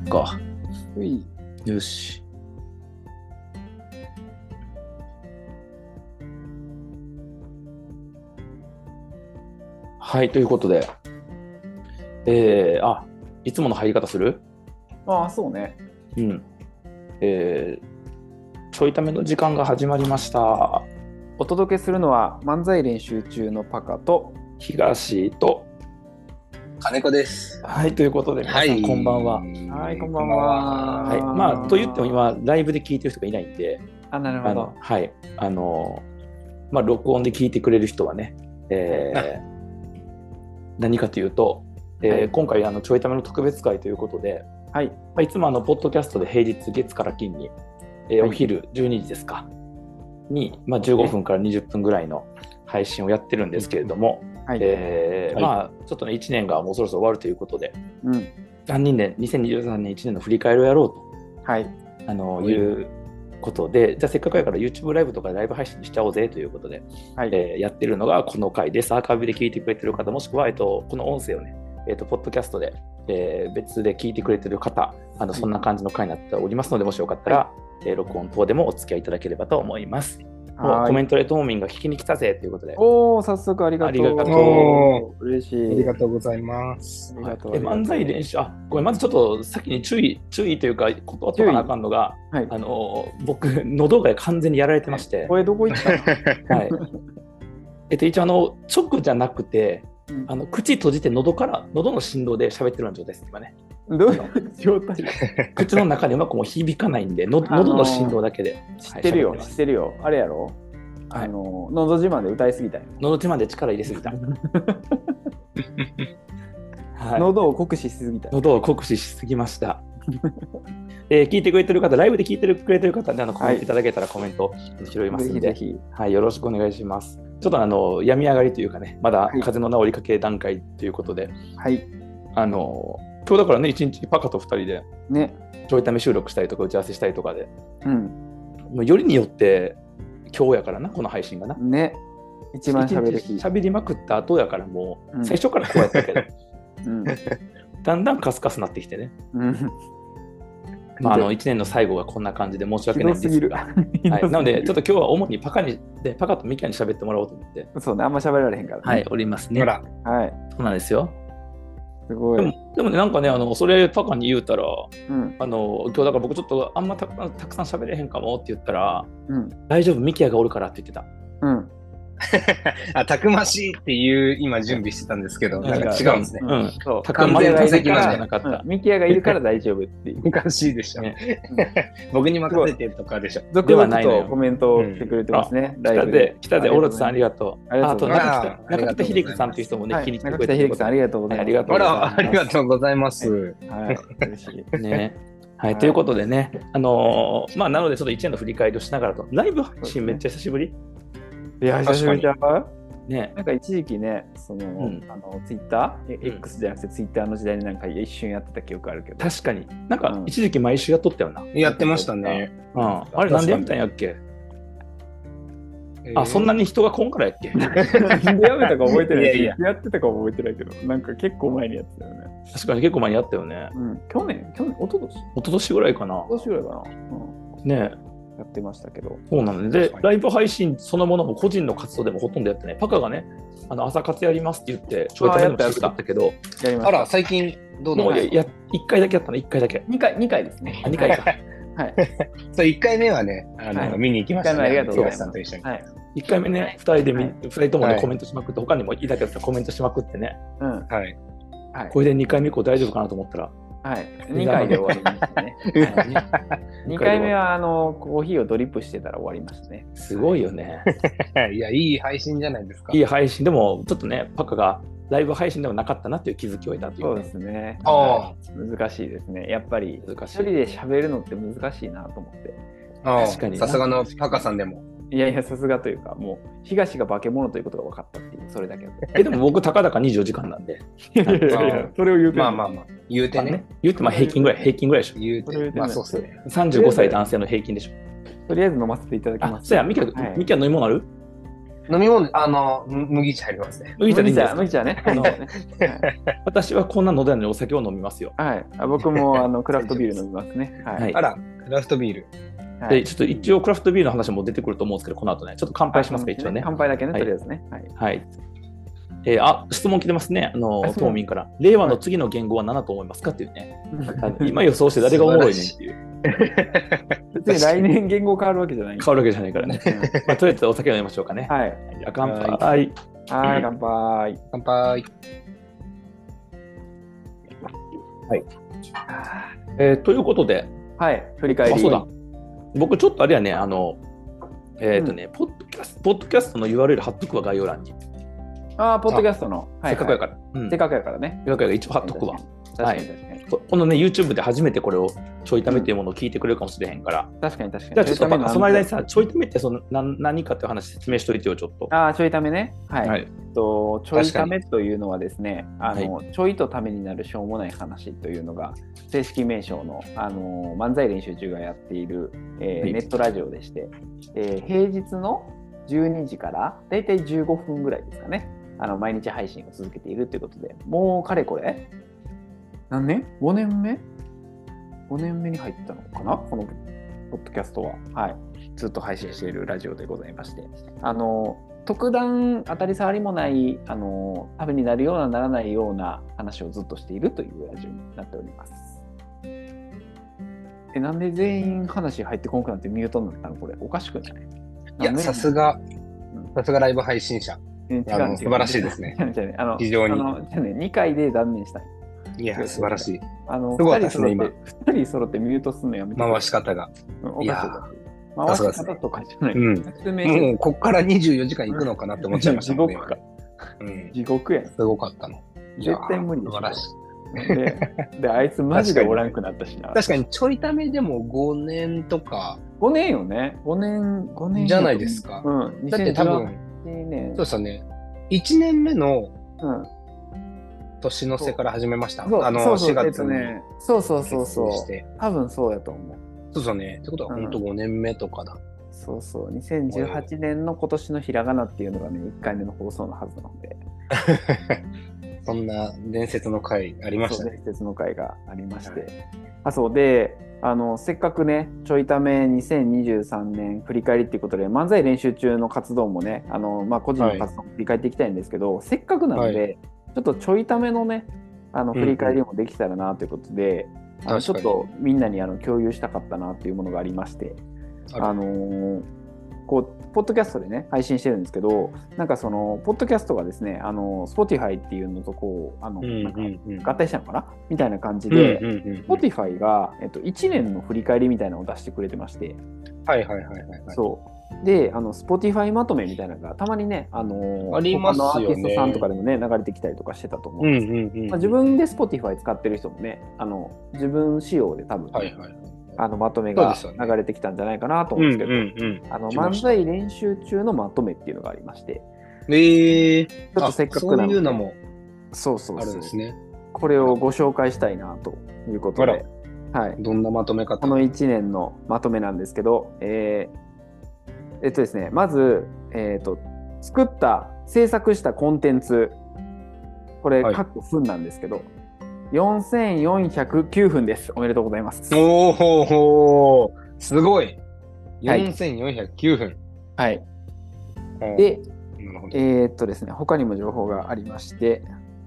か。 うい。 よし。はい、ということで、いつもの入り方する？ ああ、そうね。 うん。ちょいための時間が始まりました。 お届けするのは漫才練習中のパカと東と、 金子です。 はい、ということで、皆さん、こんばんは。 はい、こんばんは。 はい、まあ、と言っても今、ライブで聞いてる人がいないんで、 あ、なるほど。 はい、まあ、録音で聞いてくれる人はね、何かというと、今回ちょいための特別会ということで、 はい、 まあ、いつもポッドキャストで平日月から金に、お昼12時ですかに、まあ、15分から20分ぐらいの配信をやってるんですけれども、 はいまあちょっとね1年がもうそろそろ終わるということで、 うん、 3人で2023年1年の振り返りをやろうと、 はい、 いうことで、じゃあせっかくやから YouTube ライブとかライブ配信しちゃおうぜということで、 はいやってるのがこの回です。アーカイブで聞いてくれてる方、もしくは、この音声をね、ポッドキャストで、別で聞いてくれてる方、そんな感じの回になっておりますので、もしよかったら、録音等でもお付き合いいただければと思います。コメントでトーミンが聞きに来たぜということで。 おー、早速ありがとう。 ありがとう。嬉しい。 ありがとうございます。 漫才練習、ごめん、まずちょっと先に注意というか、断っとかなあかんのが、 はい、 僕、喉が完全にやられてまして。 これどこ行ったの？ はい。一応、直じゃなくて、口閉じて喉の振動で喋ってるような状態です、今ね。 どういう状態？ 口の中でうまくも響かないんで、喉の振動だけで。 知ってるよ、知ってるよ。あれやろ？のど自慢で歌いすぎたよ。 のど自慢で力入れすぎた。 喉を酷使しすぎた。 喉を酷使しすぎました。聞いてくれてる方、ライブで聞いてくれてる方でコメントいただけたらコメント拾いますので、はい、よろしくお願いします。ちょっと病み上がりというかね、まだ風邪の治りかけ段階ということで、 はい、 今日だからね、一日パカと2人で、ね、ちょいため収録したりとか打ち合わせしたりとかで、もうよりによって今日やからな、この配信がな。 ね、一番喋る日。 喋りまくった後やから、もう最初からこうやったけど、だんだんカスカスなってきてね。まあ、1年の最後がこんな感じで申し訳ないんですが、はい、なのでちょっと今日は主にパカとミキャに喋ってもらおうと思って。 そうね、あんま喋られへんから、ね、 はい、おりますね。 はい、 そうなんですよ。 すごい。 でもね、なんかね、それパカに言うたら、今日だから僕ちょっとあんまたくさん喋れへんかもって言ったら、大丈夫、ミキヤがおるからって言ってた。 たくましいっていう今準備してたんですけど、なんか違うんですね。 たくましいじゃなかった。 ミキヤがいるから大丈夫っていう。 おかしいでしょ。僕に任せてとかでしょ。 続々とコメントをしてくれてますね。 来たで、オロチさんありがとう。あと、中北秀樹さんという人もね、気に来てくれて。 中北秀樹さんありがとうございます。 ありがとうございます。 はい、嬉しい。 ね。はい、ということでね、まあ、なのでちょっと1年の振り返りをしながらと、ライブ配信めっちゃ久しぶり？ いや、久しぶりちゃう？ ね、 なんか一時期ね、ツイッター、X じゃなくてツイッターの時代になんか一瞬やってた記憶あるけど。 確かに。なんか一時期毎週やっとったよな。 やってましたね。 あれなんでやめたんやっけ？そんなに人が来んからやっけ？ なんでやめたか覚えてないけど、やってたか覚えてないけど、なんか結構前にやってたよね。 確かに結構前にやったよね。 去年、一昨年ぐらいかな。 一昨年ぐらいかな。ねえ。 やってましたけど。 そうなので、ライブ配信そのものも個人の活動でもほとんどやってない。パカがね、朝活やりますって言って、ちょいためのしてたけど、 あら、最近どうなの ？1回だけやったの、1回だけ。 2回ですね。 2回か。 はい。 そう、1回目はね、見に行きましたね。 ありがとうございます。 さんと一緒に。 1回目ね、2人ともね、コメントしまくって、他にもいたけどコメントしまくってね。 はい。 これで2回目以降大丈夫かなと思ったら、 はい、2回で終わりましたね。2回目はコーヒーをドリップしてたら終わりましたね。 すごいよね。 いや、いい配信じゃないですか。 いい配信でも、ちょっとね、パカがライブ配信でもなかったなっていう気づきを得たという。 そうですね。難しいですね。やっぱり、一人で喋るのって難しいなと思って。 確かに。 さすがのパカさんでも。 いやいや、さすがというか、もう、東が化け物ということが分かったっていう、それだけでも僕、たかだか24時間なんで。 いやいや、それを言うてまあ、言うてね。 言うて、平均ぐらいでしょ。 言うて、まあそうっすね。 35歳男性の平均でしょ。 とりあえず飲ませていただきます。 そうや、ミキャ飲み物ある？ 飲み物、麦茶入りますね。 麦茶でいいんですか？ 麦茶ね。 私はこんなのどやのにお酒を飲みますよ。 はい。僕もクラフトビール飲みますね。はい。 あら、クラフトビール。 で、ちょっと一応クラフトビールの話も出てくると思うんですけど、この後ね、ちょっと乾杯しますか、一応ね。 乾杯だけね、とりあえずね。 はい。質問来てますね、島民から。令和の次の言語は何だと思いますかっていうね。今予想して誰がおもろいねんっていう。 別に来年言語変わるわけじゃない。 変わるわけじゃないからね。とりあえずお酒飲みましょうかね。 はい。 乾杯。 はい、乾杯。 乾杯。 はい。ということで、 はい、振り返り。 そうだ。僕ちょっとあれやね、ポッドキャストの URL 貼っとくわ、概要欄に。 ポッドキャストの。 せっかくやから。 せっかくやからね。 せっかくやから一応貼っとくわ。 はい。 このね、YouTube で初めてこれをちょいためっていうものを聞いてくれるかもしれへんから。 確かに。じゃあちょっとその間にさ、ちょいためって何かっていう話説明しといてよ、ちょっと。 ちょいためね。はい。ちょいためというのはですね、ちょいとためになるしょうもない話というのが、正式名称の、漫才練習中がやっている、ネットラジオでして、平日の12時からだいたい15分ぐらいですかね、毎日配信を続けているということで、もうかれこれ何年 ?5 年目 ?5 年目に入ったのかな、このポッドキャストは。はい。ずっと配信しているラジオでございまして。特段当たり障りもない、ためになるようなならないような話をずっとしているというラジオになっております。なんで全員話入ってこんくなってミュートになったのこれ。おかしくない？ いや、さすがライブ配信者。素晴らしいですね。非常に。 2回で断念したい。 いや、素晴らしい。 すごかったですね、今。2人揃ってミュートするのやめて。 回し方が。 いや、回し方とかじゃない。 もう、こっから24時間行くのかなって思っちゃいました。 地獄か。地獄やん。 すごかったの。 絶対無理でしょ。 素晴らしい。で、あいつマジでおらんくなったしな。 確かに、ちょいためでも5年とか。 5年よね。5年。 じゃないですか。だって多分、そうですよね。1年目の、年の瀬から始めました。4月に。 そう。多分そうやと思う。 そうそうね。ってことは本当5年目とかだ。 そう。2018年の今年のひらがなっていうのがね、1回目の放送のはずなので。 そんな伝説の回ありましたね。 伝説の回がありまして。そうで、せっかくね、ちょいため2023年振り返りっていうことで、漫才練習中の活動もね、個人の活動も振り返っていきたいんですけど、せっかくなので、ちょっとちょいためのね、振り返りもできたらなということで、ちょっとみんなに共有したかったなというものがありまして、ポッドキャストでね、配信してるんですけど、なんかその、ポッドキャストがですね、Spotify っていうのとなんか合体したのかなみたいな感じで、Spotify が、1年の振り返りみたいなのを出してくれてまして、そう。で、Spotify まとめみたいなのがたまにね、 ありますよね。 他のアーティストさんとかでもね、流れてきたりとかしてたと思うんですけど、自分で Spotify 使ってる人もね、自分仕様で多分、まとめが流れてきたんじゃないかなと思うんですけど、漫才練習中のまとめっていうのがありまして、 ちょっとせっかくなので、 そういうのもそうあるんですね。 これをご紹介したいなということで、 どんなまとめ方？ この1年のまとめなんですけど、ですね、まず、制作したコンテンツ、これ、各分なんですけど、4409分です。おめでとうございます。 おー、すごい。4409分。 はい。で、ですね、他にも情報がありまして、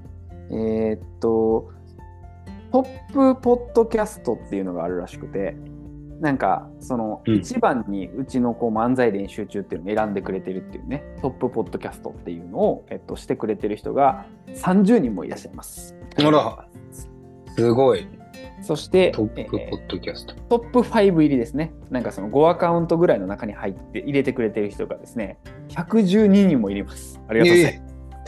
トップポッドキャストっていうのがあるらしくて、なんかその一番にうちの漫才練習中っていうのを選んでくれてるっていうね、トップポッドキャストっていうのを、してくれてる人が30人もいらっしゃいます。 あら、すごい。 そしてトップポッドキャスト、 トップ5入りですね。なんかその5アカウントぐらいの中に入れてくれてる人がですね、112人もいります。ありがとうございます。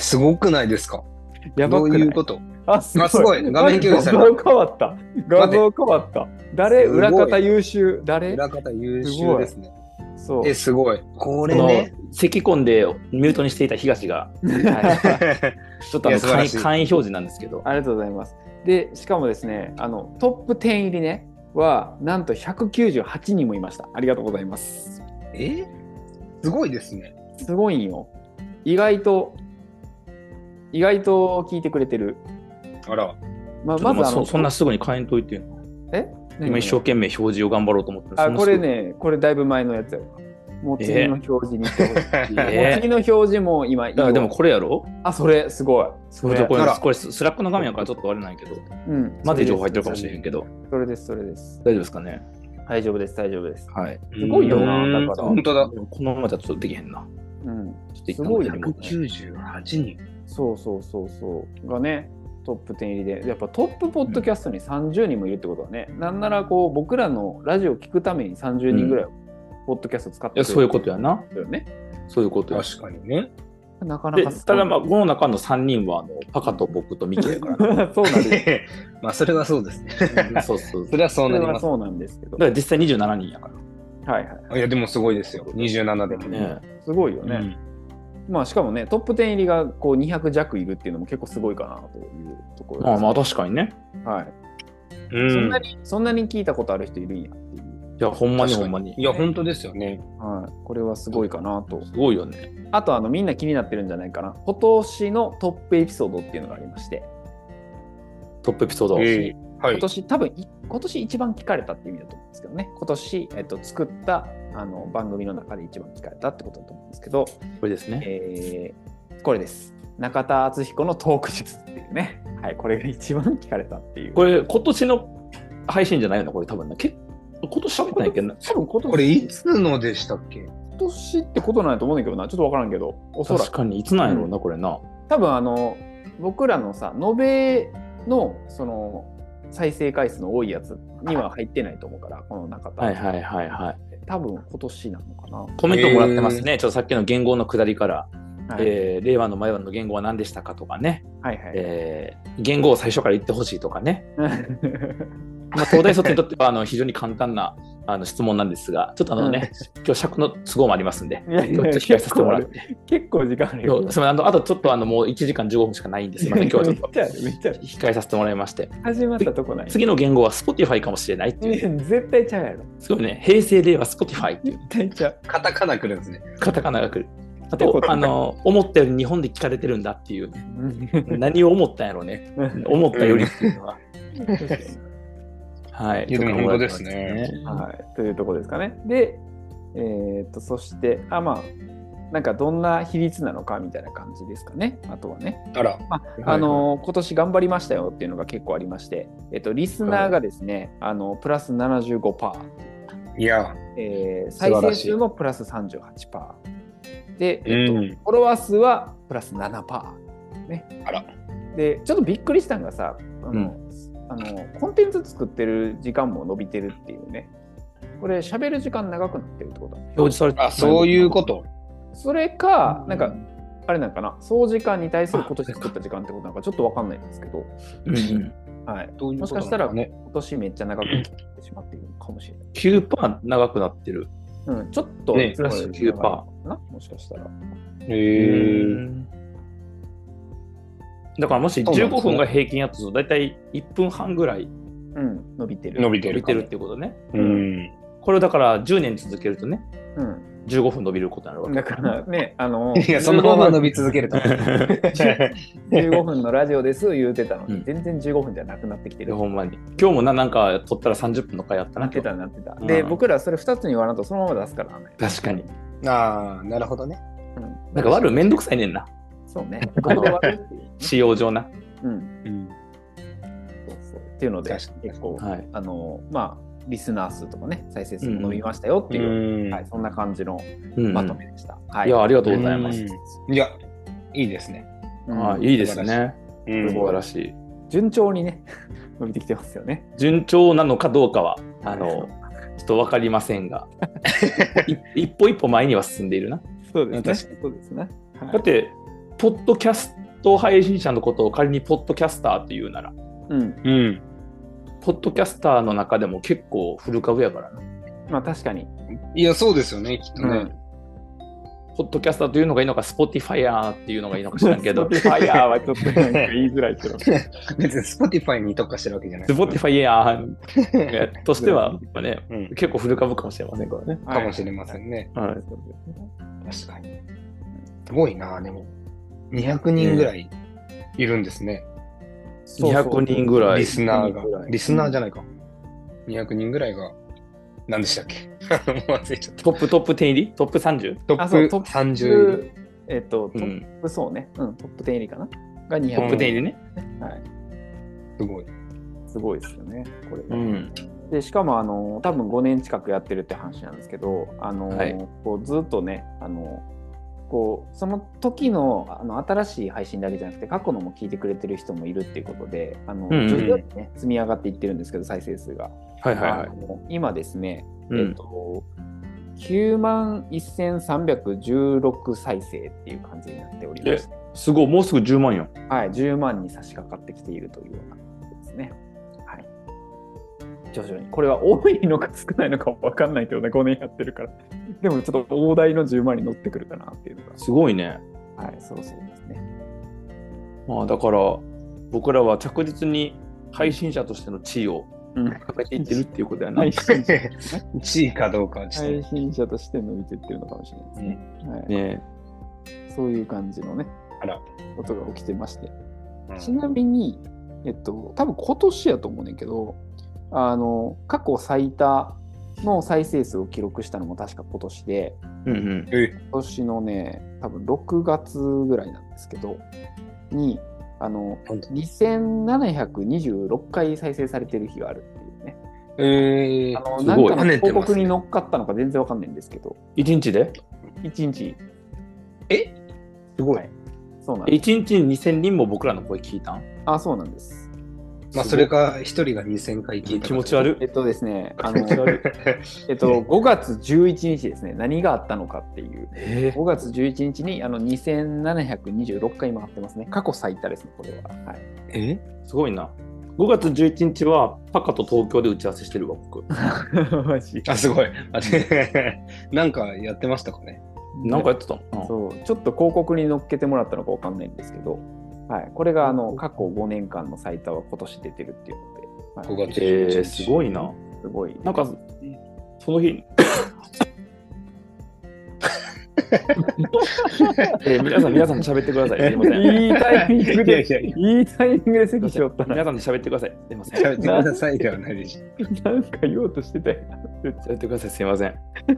すごくないですか？ やばくない？ どういうこと？ すごい。 画面共有された。 画像変わった。画像変わった。誰？裏方優秀。誰？ 裏方優秀ですね。 そう。 すごい。これね、 咳込んでミュートにしていた東が、ちょっと簡易表示なんですけど。 ありがとうございます。で、しかもですね、トップ10入りね、は、なんと198人もいました。ありがとうございます。 すごいですね。 すごいんよ。 意外と聞いてくれてる。 あら。 まずそんなすぐに変えんといてよ。今一生懸命表示を頑張ろうと思ってる。 これね、これだいぶ前のやつやろ。もう次の表示に行ってほしい。もう次の表示も今いいよ。 でもこれやろ？ それすごい。 これスラックの画面やからちょっとあれないけど。まで情報入ってるかもしれへんけど。 それです。大丈夫ですかね？ 大丈夫です。 はい。 すごいよな。だから。 本当だ。 このままじゃちょっとできへんな。 すごいよ。 198人。 そうがね、トップ10入りで、やっぱトップポッドキャストに30人もいるってことはね、なんならこう僕らのラジオ聞くために30人ぐらいポッドキャスト使ってる。 そういうことやな。そういうことや。 確かにね。 なかなかただこの中の3人はパカと僕とミキやからそうなんです。 それはそうですね。 そう。 それはそうなります。 そうなんですけど。 だから実際27人やから。 いやでもすごいですよ。27でもね。 すごいよね。しかもね、トップ10入りがこう200弱いるっていうのも結構すごいかなというところです、 ね。確かにね。 はい。そんなに聞いたことある人いるんやっていう。 いや、ほんまに。 いや、本当ですよね。 はい。これはすごいかなと。 すごいよね。 あとみんな気になってるんじゃないかな。今年のトップエピソードっていうのがありまして。 トップエピソード。 今年多分今年一番聞かれたっていう意味だと思うんですけどね。今年、作った番組の中で一番聞かれたってことだと思うんですけど、これですね。 これです。中田敦彦のトーク術っていうね。はい、これが一番聞かれたっていう。 これ今年の配信じゃないよな、これ多分な。今年喋ってないけどな。 多分今年。 これいつのでしたっけ？ 今年ってことないと思うんだけどな。ちょっとわからんけど。おそらく。 確かにいつなんやろうな、これな。 多分僕らのさ、延べのその再生回数の多いやつには入ってないと思うから、この中田。 はい。 多分今年なのかな。 コメントもらってますね。ちょっとさっきの言語の下りから、令和の前の言語は何でしたかとかね。言語を最初から言ってほしいとかね。東大卒にとっては非常に簡単な質問なんですが、ちょっと今日尺の都合もありますんで、今日ちょっと控えさせてもらって。 結構時間あるよ。 あとちょっともう1時間15分しかないんです。今日はちょっと控えさせてもらいまして。 始まったとこない。 次の言語は Spotify かもしれないっていう。 絶対ちゃうやろ。 すごいね。平成令和 Spotify っていう。 絶対ちゃう。 カタカナ来るんですね。 カタカナが来る。あと思ったより日本で聞かれてるんだっていうね。何を思ったんやろうね。思ったよりっていうのは。はい。 でも本当ですね。 はい。というところですかね。で、そして、なんかどんな比率なのかみたいな感じですかね。あとはね。今年頑張りましたよっていうのが結構ありまして、リスナーがですね、プラス 75%。 いや、 再生数もプラス 38%。で、フォロワー数はプラス 7%。ね。で、ちょっとびっくりしたのがさ、コンテンツ作ってる時間も伸びてるっていうね。これ喋る時間長くなってるってことだ。 表示されてそういうこと。 それか、なんか、あれなんかな、総時間に対する今年作った時間ってことなんかちょっとわかんないんですけど、はい。もしかしたら今年めっちゃ長くなってしまっているかもしれない。 9% 長くなってる。 ちょっとプラス 9%。 もしかしたら。 だからもし15分が平均やとだいたい1分半ぐらい伸びてるっていうことね。これだから10年続けるとね、15分伸びることになるわけだからね、 いや、そのまま伸び続けると。 15分のラジオです言うてたのに、全然15分じゃなくなってきてる。 ほんまに。今日もなんか撮ったら30分の回やったな。 なってた。で、僕らそれ2つに言わないとそのまま出すからね。 確かに。 ああ、なるほどね。 なんか悪いめんどくさいねんな。 そうね。 使用上な。 っていうので、結構、リスナー数とかね、再生数も伸びましたよっていう、そんな感じのまとめでした。 いや、ありがとうございます。 いや、いいですね。 いいですね。素晴らしい。 順調にね、伸びてきてますよね。 順調なのかどうかは、ちょっと分かりませんが、一歩一歩前には進んでいるな。 そうですね。 だって、ポッドキャスト配信者のことを仮にポッドキャスターって言うなら、ポッドキャスターの中でも結構古株やからな。 確かに。 いや、そうですよね、きっとね。 ポッドキャスターというのがいいのか、スポティファイアーっていうのがいいのか知らんけど。 スポティファイアーはちょっと言いづらいけど。 別にスポティファイに特化してるわけじゃない。 スポティファイアーとしては、結構古株かもしれませんからね。 かもしれませんね。 確かに。 ごいな、でも。200人ぐらいいるんですね。 200人ぐらい。 リスナーが。リスナーじゃないか。200人ぐらいが、何でしたっけもう忘れちゃった。 トップ10入りトップ 30? トップ30入り。 トップそうね。トップ10入りかなが200人。 トップ10入りね。 はい。 すごい。 すごいですよね、これ。でしかも多分5年近くやってるって話なんですけど、こうずっとねこうその時の新しい配信だけじゃなくて過去のも聞いてくれてる人もいるっていうことで徐々にね積み上がっていってるんですけど再生数が、今ですね、9万1316再生っていう感じになっておりまして、 すごい、もうすぐ10万よ。 はい、10万に差し掛かってきているというようなことですね。はい。徐々に。これは多いのか少ないのか分かんないけどね、5年やってるから。でもちょっと大台の10万に乗ってくるかなっていうのが。 すごいね。 はい、そうですね。 まあだから僕らは着実に配信者としての地位を高めていってるっていうことやな。 地位かどうかは配信者として伸びていってるのかもしれないですね。はい、そういう感じのね、ことが起きてまして。ちなみに、多分今年やと思うねんけど、過去最多の再生数を記録したのも確か今年で、今年のね、多分6月ぐらいなんですけど、に、2726回再生されてる日があるっていうね。なんかの広告に乗っかったのか全然わかんないんですけど。 1日で ?1 日。 すごい。 そうなんです。 1日に2000人も僕らの声聞いたん？ そうなんです。 まあそれか1人が2000回聞いた。 気持ち悪い。 ですね、5月11日ですね、何があったのかっていう。5月11日に2726回回ってますね。過去最多ですね、これは。はい。 すごいな。5月11日はパカと東京で打ち合わせしてるわ、僕。 マジ。 すごい。なんかやってましたかね。 なんかやってたの？ そう、ちょっと広告に乗っけてもらったのかわかんないんですけど、はい、これが過去5年間の最多は今年出てるっていうので、 5月11 日。すごいな。 すごい。 なんか、その日、皆さん喋ってください。すいません。 いいタイミングで席しよったな。 皆さんで喋ってください。すいません。 喋ってくださいではないでしょ。 なんか言おうとしてたよ。 喋ってください。すいません。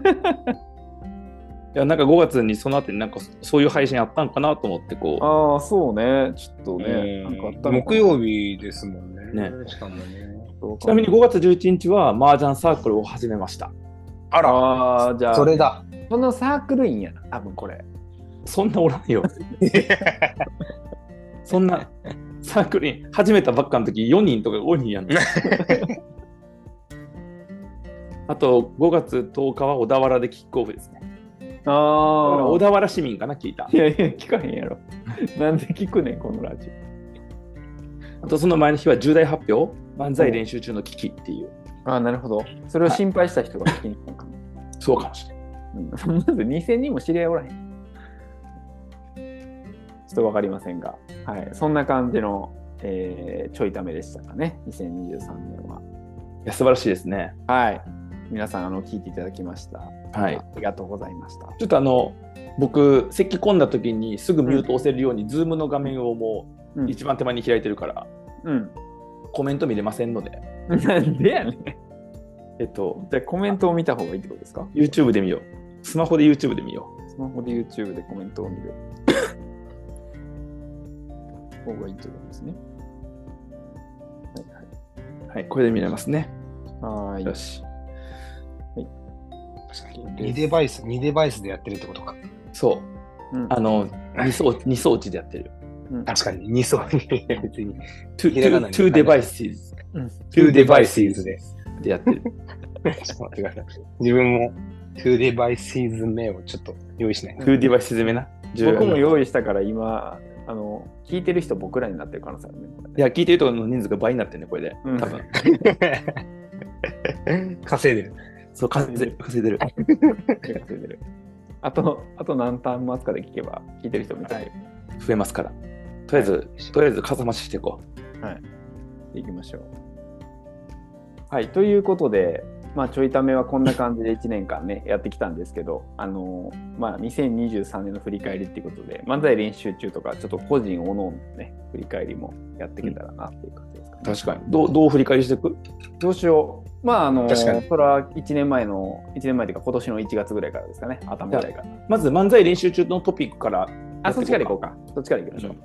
いや、なんか5月にその後になんかそういう配信あったんかなと思ってこう。そうね。ちょっとね。なんかあったの木曜日ですもんね。 しかもね。ちなみに5月11日は麻雀サークルを始めました。 じゃあそれだ。 そのサークル員やな、多分これ。 そんなおらんよ。そんなサークル員始めたばっかの時4人とか5人やん。あと5月10日は小田原でキックオフですね。小田原市民かな、聞いた。 いやいや、聞かへんやろ。なんで聞くねん、このラジオ。あとその前の日は重大発表、漫才練習中の危機っていう。 なるほど。それを心配した人が聞きに来たかも。 そうかもしれない。 まず2000人も知り合いおらへん。ちょっと分かりませんが、はい、そんな感じの、ちょいためでしたかね、2023年は。 いや、素晴らしいですね。 はい。皆さん聞いていただきました。 はい。 ありがとうございました。 ちょっと僕、咳込んだ時にすぐミュート押せるように、Zoom の画面をもう一番手前に開いてるから、コメント見れませんので。 なんでやねん。じゃあコメントを見た方がいいってことですか？ YouTube で見よう。スマホで YouTube で見よう。スマホで YouTube でコメントを見る方がいいってことですね。 はい、これで見れますね。 はい。 よし。 はい。2デバイスでやってるってことか。 そう。2装置でやってる。 確かに、2装置。別に。 2 devices。 2 devices でやってる。 ちょっと待ってください。自分も2 devices 目をちょっと用意しない。 2 devices 目な。 僕も用意したから今、聞いてる人僕らになってる可能性あるね。 いや、聞いてる人の人数が倍になってるね、これで。多分。 稼いでる。 そう、稼いでる。 稼いでる。あと何ターン待つかで聞けば、聞いてる人めっちゃ増えますから。とりあえず、かさ増ししていこう。はい。いきましょう。はい。ということで、 まあちょいためはこんな感じで1年間ねやってきたんですけど、まあ2023年の振り返りっていうことで、漫才練習中とかちょっと個人おのおのね振り返りもやっていけたらなっていう感じですかね。 確かに。どう振り返りしていく？ どうしよう。まあ確かにそれは1年前というか今年の1月ぐらいからですかね。頭ぐらいから。 まず漫才練習中のトピックからそっちから行こうか。そっちから行きましょ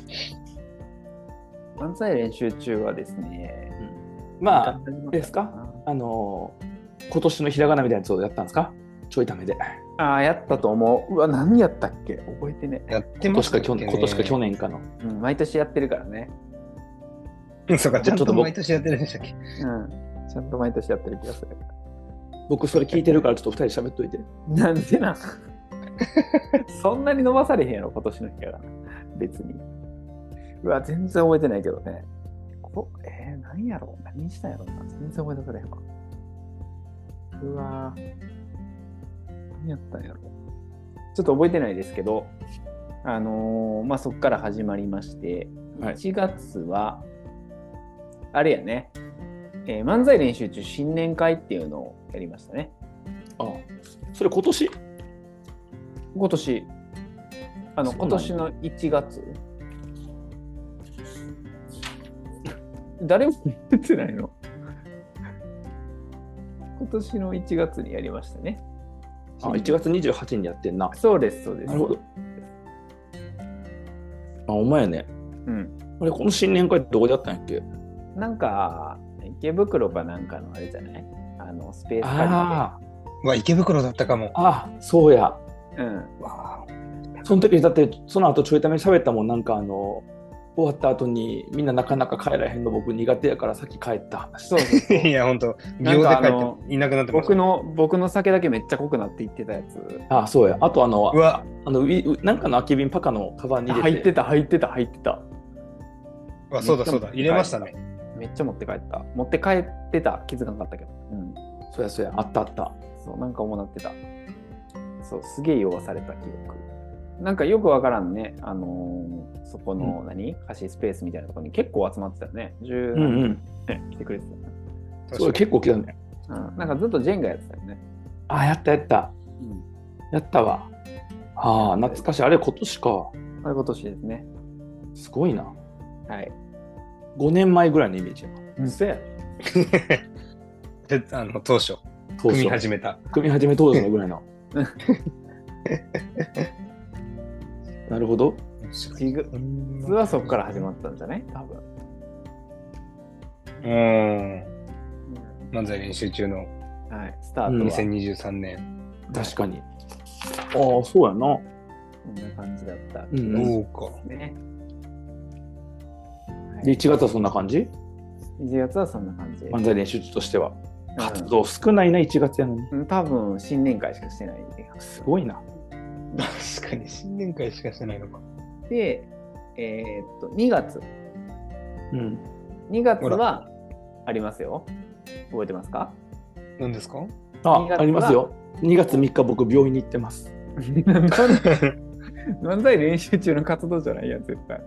う。漫才練習中はですね、 まあですか、今年のひらがなみたいなやつをやったんですか？ちょいためで。 やったと思う。うわ、何やったっけ？覚えてね。 やってましたっけね。 今年か去年かの。 毎年やってるからね。 そうか、ちゃんと毎年やってるんでしたっけ？ ちゃんと毎年やってる気がする。 僕それ聞いてるからちょっと2人喋っといて。 なんでな。そんなに伸ばされへんやろ、今年の日から。別に。うわ、全然覚えてないけどね。何やろう？何したんやろうな。全然覚えてくれへんわ。うわ何やったんやろう。ちょっと覚えてないですけど、まあ、そこから始まりまして、1月は、あれやね、漫才練習中新年会っていうのをやりましたね。 それ今年今年の1月誰も言ってないの？今年の1月にやりましたね。 1月28日にやってんな。 そうです、そうです。 なるほど。お前ね。あれ、この新年会ってどこでやったんやっけ？ なんか、池袋かなんかのあれじゃない？スペース借りて。池袋だったかも。 そうや。その時だって、その後ちょいため喋ったもん、なんか終わった後にみんななかなか帰らへんの僕苦手やから先帰った話。 そういや本当秒で帰っていなくなってました。 僕の酒だけめっちゃ濃くなっていってたやつ。 そうや。あとなんかの空き瓶パカのカバンに入れて入ってた。 そうだ入れましたね。 めっちゃ持って帰ってた。気づかなかったけど。 そうやあった。 そうなんか主なってた。そうすげえ酔わされた記憶。なんかよくわからんね。そこの貸しスペースみたいなところに結構集まってたよね。来てくれてた。 それ結構来たね。 なんかずっとジェンガやってたよね。 やった。やったわ。懐かしい。あれ今年か。 あれ今年ですね。 すごいな。 はい。 5年前ぐらいのイメージや。 嘘や。 当初組み始め当初のぐらいの。なるほど。 実はそこから始まったんじゃない？多分。 漫才練習中のスタートは 2023年。 確かに。そうやな。 こんな感じだった。 そうか。 で、1月はそんな感じ ？1月はそんな感じ。 漫才練習中としては。活動少ないな、1月やのに。 多分、新年会しかしてない。 すごいな。 確かに、新年会しかしてないのか。 で、2月。2月はありますよ。覚えてますか？ 何ですか？ ありますよ。2月3日、僕、病院に行ってます。 漫才練習中の活動じゃないやん、絶対。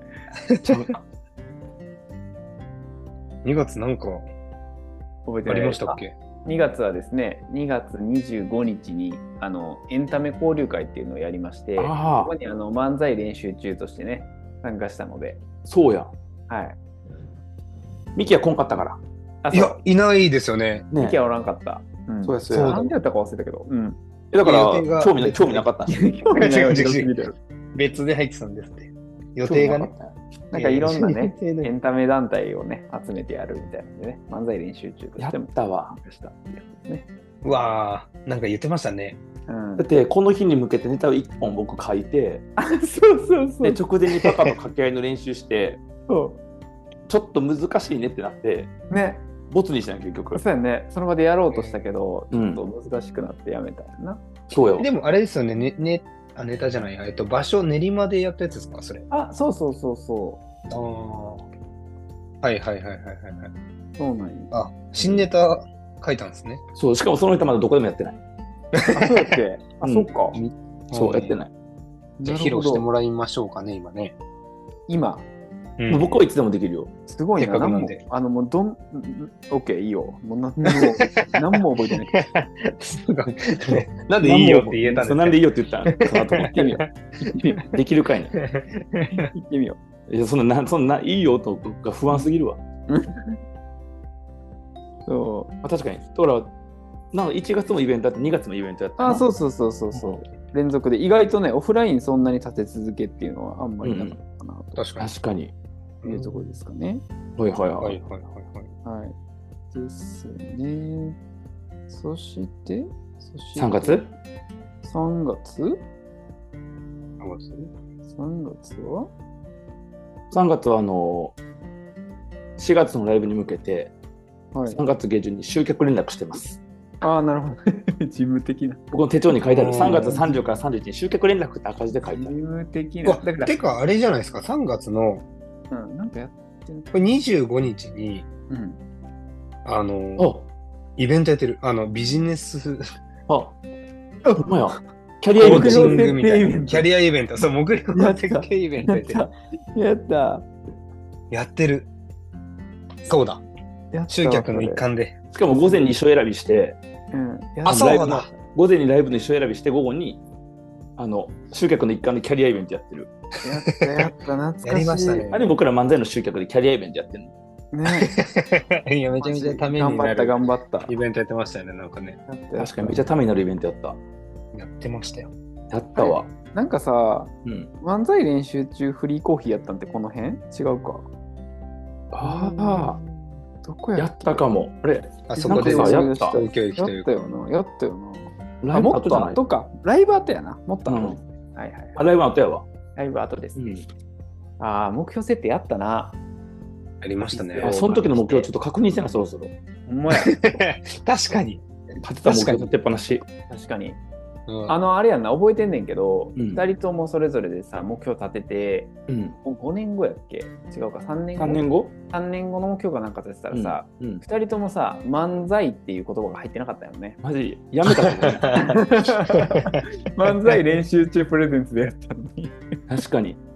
2月なんか覚えてないありましたっけ ？2月はですね、2月25日にエンタメ交流会っていうのをやりまして、ここに漫才練習中としてね、参加したので。 そうや。 はい。 ミキは来んかったから。 いや、いないですよね。 ミキはおらんかった。 そうですよ。 何でやったか忘れたけど。 だから興味なかったんですよ。 別で入ってたんですって。予定がね。 なんかいろんなね、エンタメ団体をね、集めてやるみたいなんでね、漫才練習中としてもやったわ。 うわー、なんか言ってましたね。 だってこの日に向けてネタを1本僕書いて、 そうで直前にパカと掛け合いの練習して、ちょっと難しいねってなって、 ね、 ボツにしたん結局。 そうやね、その場でやろうとしたけど、ちょっと難しくなってやめたんな。 そうよ。 でもあれですよね、ネタじゃない、場所練馬でやったやつですか、それ。 そう。 はい。 そうなんや。 新ネタ書いたんですね。 そう、しかもそのネタまだどこでもやってない。 そうやっけ？そっか。 そう、やってない。 じゃあ披露してもらいましょうかね、今ね。 今もう僕はいつでもできるよ。 すごいな。もうオッケー、いいよ。もう何も覚えてない。 なんでいいよって言えたんですか？ なんでいいよって言ったの？その後行ってみよう。できるかいな。 行ってみよう。いや、そんないいよとが不安すぎるわ。 そう。 確かに。だからなんか1月もイベントやって2月もイベントやった。 そう。連続で意外とね、オフラインそんなに立て続けっていうのはあんまりなかったかなと。 確かに。 いうところですかね。 はい。 ですね。そして 3月 ?3 月は ?3 月は4月のライブに向けて、3月下旬に集客連絡してます。 なるほど。事務的な。 僕の手帳に書いてある3月30から31日に集客連絡って赤字で書いてある。 事務的な。 てかあれじゃないですか、3月の、 なんかやってる。 これ25日に、イベントやってる。ビジネス。 ほんまや。キャリアイベント。 キャリアイベント。そう、目標設定イベントやってる。 やった。 やってる。そうだ。集客の一環で。 しかも午前に衣装選びして、 そうだ。 午前にライブの衣装選びして、午後に集客の一環でキャリアイベントやってる。 やった懐かしい。 やりましたね。 あれ僕ら漫才の集客でキャリアイベントやってるの。 ね。いや、めちゃめちゃためになる。 頑張った。 イベントやってましたよね、なんかね。 確かにめちゃためになるイベントやった。 やってましたよ。 やったわ。 なんかさ、漫才練習中フリーコーヒーやったんってこの辺？違うか。どこやったかも。あれ、 そこでやった。 東京駅というか。 やったよな。もっと後か。ライブ後やな。もっと後。 ライブ後やわ。 ライブ後です。目標設定やったな。 ありましたね。 その時の目標ちょっと確認せな、そろそろ。 確かに。 立てた目標立てっぱなし。 確かに。あれやんな、覚えてんねんけど、2人ともそれぞれでさ、目標立てて、5年後やっけ？違うか、3年後 ?3 年後の目標がなんか立てたらさ、2人ともさ、漫才っていう言葉が入ってなかったよね。 マジやめたかもね。 漫才練習中プレゼンツでやったのに。 確かに。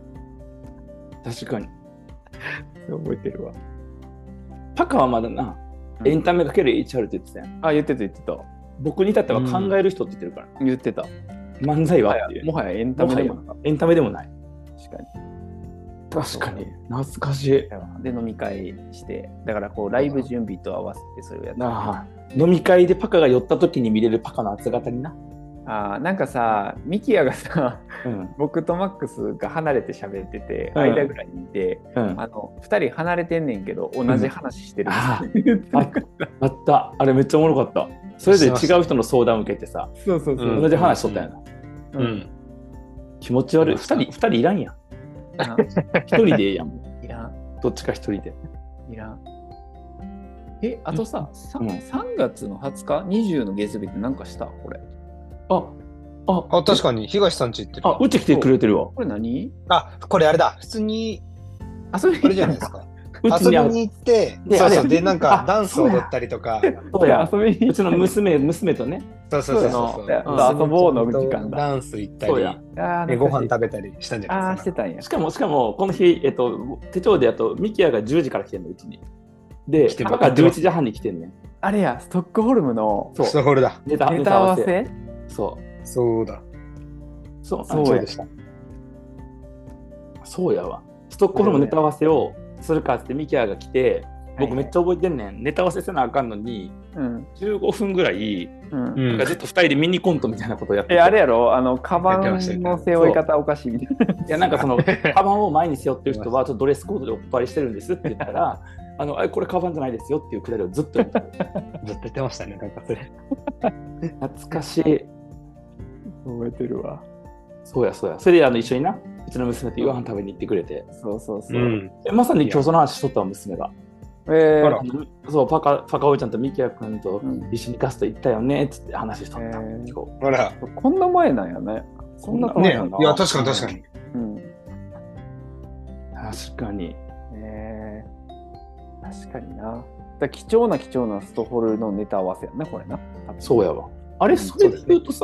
覚えてるわ。 パカはまだな、エンタメかける HR って言ってたやん。 言ってた。 僕に至っては考える人って言ってるから。 言ってた。 漫才はっていう。 もはやエンタメでもない。 エンタメでもない。 確かに。懐かしい。 で、飲み会して、だからこう、ライブ準備と合わせてそれをやった。 飲み会でパカが寄った時に見れるパカの厚型にな。 なんかさ、ミキヤがさ、僕とマックスが離れて喋ってて、間ぐらいにいて、2人離れてんねんけど、同じ話してる。 あった。あれめっちゃおもろかった。それで違う人の相談を受けてさ、同じ話しとったやな。気持ち悪い。2人いらんやん。1人でええやん。 いらん。 どっちか1人で。 いらん。あとさ、3月の20日、20の月曜日って何かしたこれ。 確かに東さんち行ってる。 うち来てくれてるわ。 これ何？ これあれだ。普通に遊びにこれじゃないですか。遊びに行って、でなんかダンス踊ったりとか。 そうや、うちの娘とね。 そう。 遊ぼうの時間だ。 ダンス行ったり、ご飯食べたりしたんじゃないですか。 してたんや。 しかもこの日手帳でミキヤが10時から来てんのうちに。で、パカ11時半に来てんねん。 あれや、ストックホルムのストックホルムだ。 ネタ合わせ。 そうだ。 そうでした。そうやわ。ストックホルムネタ合わせをするかってミキヤが来て、僕めっちゃ覚えてんねん。ネタ合わせせなあかんのに、15分ぐらい、ずっと2人でミニコントみたいなことをやってて。 あれやろ、カバンの背負い方おかしいみたいな。 いや、なんかカバンを前に背負ってる人は、ちょっとドレスコードでおっぱいしてるんですって言ったら、これカバンじゃないですよっていうくだりをずっと言ってましたね、なんかそれ。 懐かしい。 覚えてるわ。 そうや。それで一緒にな、うちの娘と夕飯食べに行ってくれて。まさに今日その話しとったわ、娘が。そう、パカおじちゃんとミキヤ君と一緒にガスト行ったよねっつって話しとった。 こんな前なんやね。 そんな前なんだ。いや、確かに。 確かに。 確かにな。貴重なストホルのネタ合わせやな、これな。 そうやわ。あれ、それで言うとさ、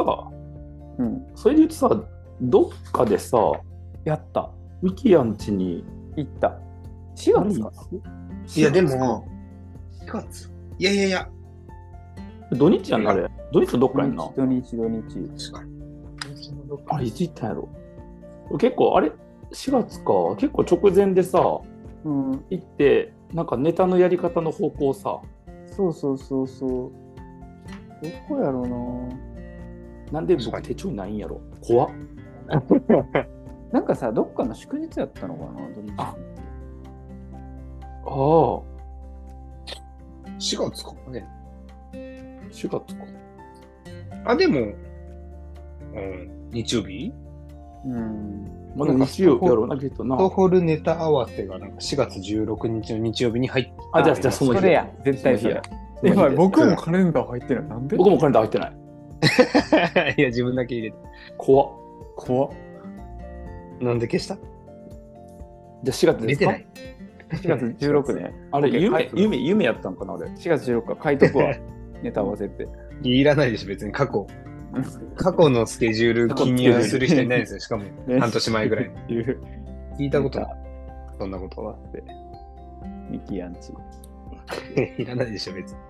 どっかでさ、 やった。 ミキヤん家に行った。 4月か。 いや、でも、4月。いや。 土日やんな、あれ。土日どっかやんな。 土日。確かに。 あれ、いつ行ったんやろ。結構、あれ、4月か。結構直前でさ、行って、なんかネタのやり方の方向さ。 そう。どこやろうな。 なんで僕手帳にないんやろ。怖っ。 なんかさ、どっかの祝日やったのかな、土日。 ああ。 4月かね。 4月か。 あ、でも、日曜日？ まだ日曜日やろうな、きっとな。 トホルネタ合わせがなんか4月16日の日曜日に入ってあ、じゃあその日。 それや、絶対それ。今、僕もカレンダー入ってない。なんで？ 僕もカレンダー入ってない。 いや、自分だけ入れて。 怖っ。 なんで消した？ じゃあ4月ですか？ 出てない。 4月16ね。 あれ、夢やったんかな、あれ。 4月16日、書いとくわ。ネタ合わせって。 いらないでしょ、別に過去のスケジュール記入する人いないですよ、しかも半年前ぐらいに。聞いたことない。そんなことは。 ミキアンチ。 いらないでしょ、別に。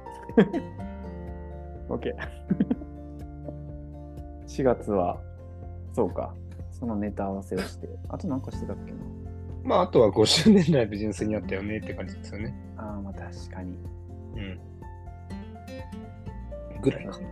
OK。4月は、そうか。そのネタ合わせをして。あと何かしてたっけな。 まあ、あとは5周年ライブ純粋にあったよねって感じですよね。 ああ、まあ確かに。 ぐらいか。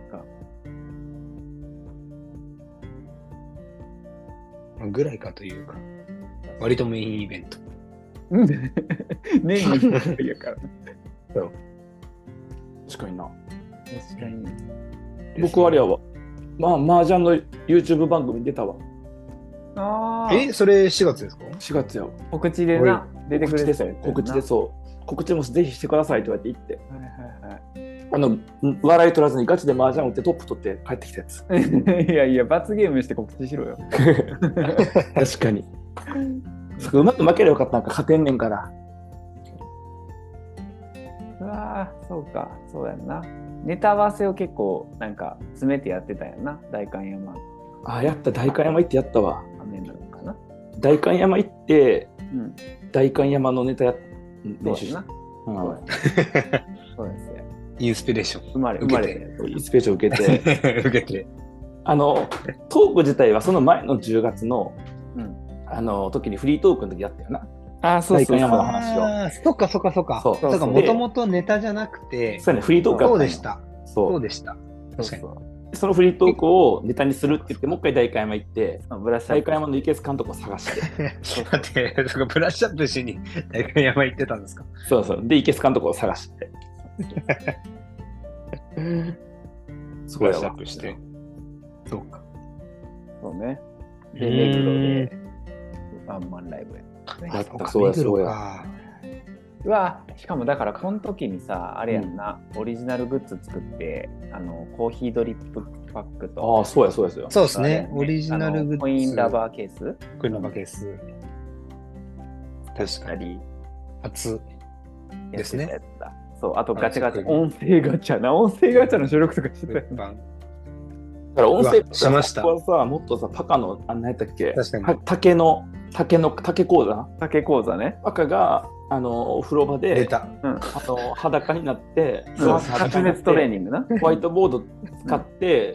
ぐらいかというか、割とメインイベント。 メインイベントやから。 そう。 確かにな。 確かに。 僕あれやわ。まあ、麻雀の YouTube 番組出たわ。 それ4月ですか？ 4月やわ。 告知でな、出てくれてたよ。 告知でそう。告知もぜひしてくださいと言われて言って。 はい。 笑い取らずにガチで麻雀打ってトップ取って帰ってきたやつ。 いや、罰ゲームして告知しろよ。 確かに。うまく負ければよかった。なんか勝てんねんから。 うわぁ、そうか、そうやんな。ネタ合わせを結構なんか詰めてやってたやんな、代官山。 あ、やった、代官山行ってやったわ。 雨なのかな。 代官山行って、代官山のネタ練習した。 そうですよ。 インスピレーション。 生まれて。 インスピレーション受けて。 受けて。 トーク自体はその前の10月の、時にフリートークの時やったよな。 あ、そう代官山の話を。 そっか。そうか、もともとネタじゃなくて。 そうね、フリートークそうでした。そうでした。確かに。 そのフリートークをネタにするって言って、もう一回代官山行って、代官山のいけす監督を探して。 待って、そこブラッシュアップしに代官山行ってたんですか？ そう。で、いけす監督を探して。 ブラッシュアップして。そうか。 そうね。で、目黒でワンマンライブやった。そうや。 うわ、しかもだからこの時にさ、あれやんな、オリジナルグッズ作って、コーヒードリップパックと。 ああ、そうや。 そうですね。オリジナルグッズ。 コインラバーケース。 コインラバーケース。確かに。初ですね。 そう、あとガチャガチャ、音声ガチャの収録とかしてたよ。 だから音声しました。 ここはさ、もっとさ、パカの、何やったっけ？ 確かに。 竹講座？ 竹講座ね。 パカが、お風呂場で出た。 裸になって、 発熱トレーニングな。 ホワイトボード使って、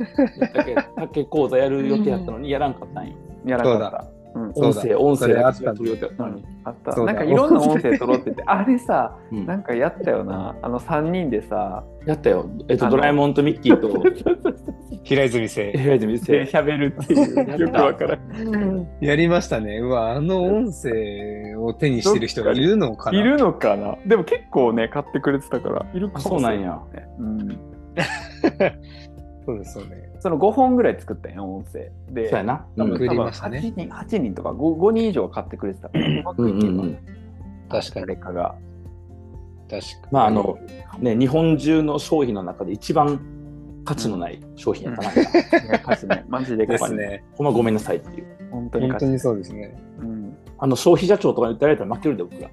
竹講座やる予定やったのに、やらんかったんや。 やらんかった。 音声あった取る予定だったのに。 あった。なんかいろんな音声取ろうって言って、あれさ、なんかやったよな。3人でさ。 やったよ。ドラえもんとミッキーと平泉聖喋るっていう。よくわからん。 やりましたね。うわ、音声を手にしてる人がいるのかな。 いるのかな。でも結構ね、買ってくれてたから。いるかも。 そうなんや。 そうですね。 その5本ぐらい作ったんよ、音声。で、 そうやな。 8人とか 5人以上買ってくれてたから。 確かに。 誰かが。 確かに。 まあ日本中の商品の中で一番価値のない商品やったな。 価値ね。マジでですね。 ほんまごめんなさいっていう。 本当にそうですね。 消費者庁とかに言ってられたら負けるで、僕ら。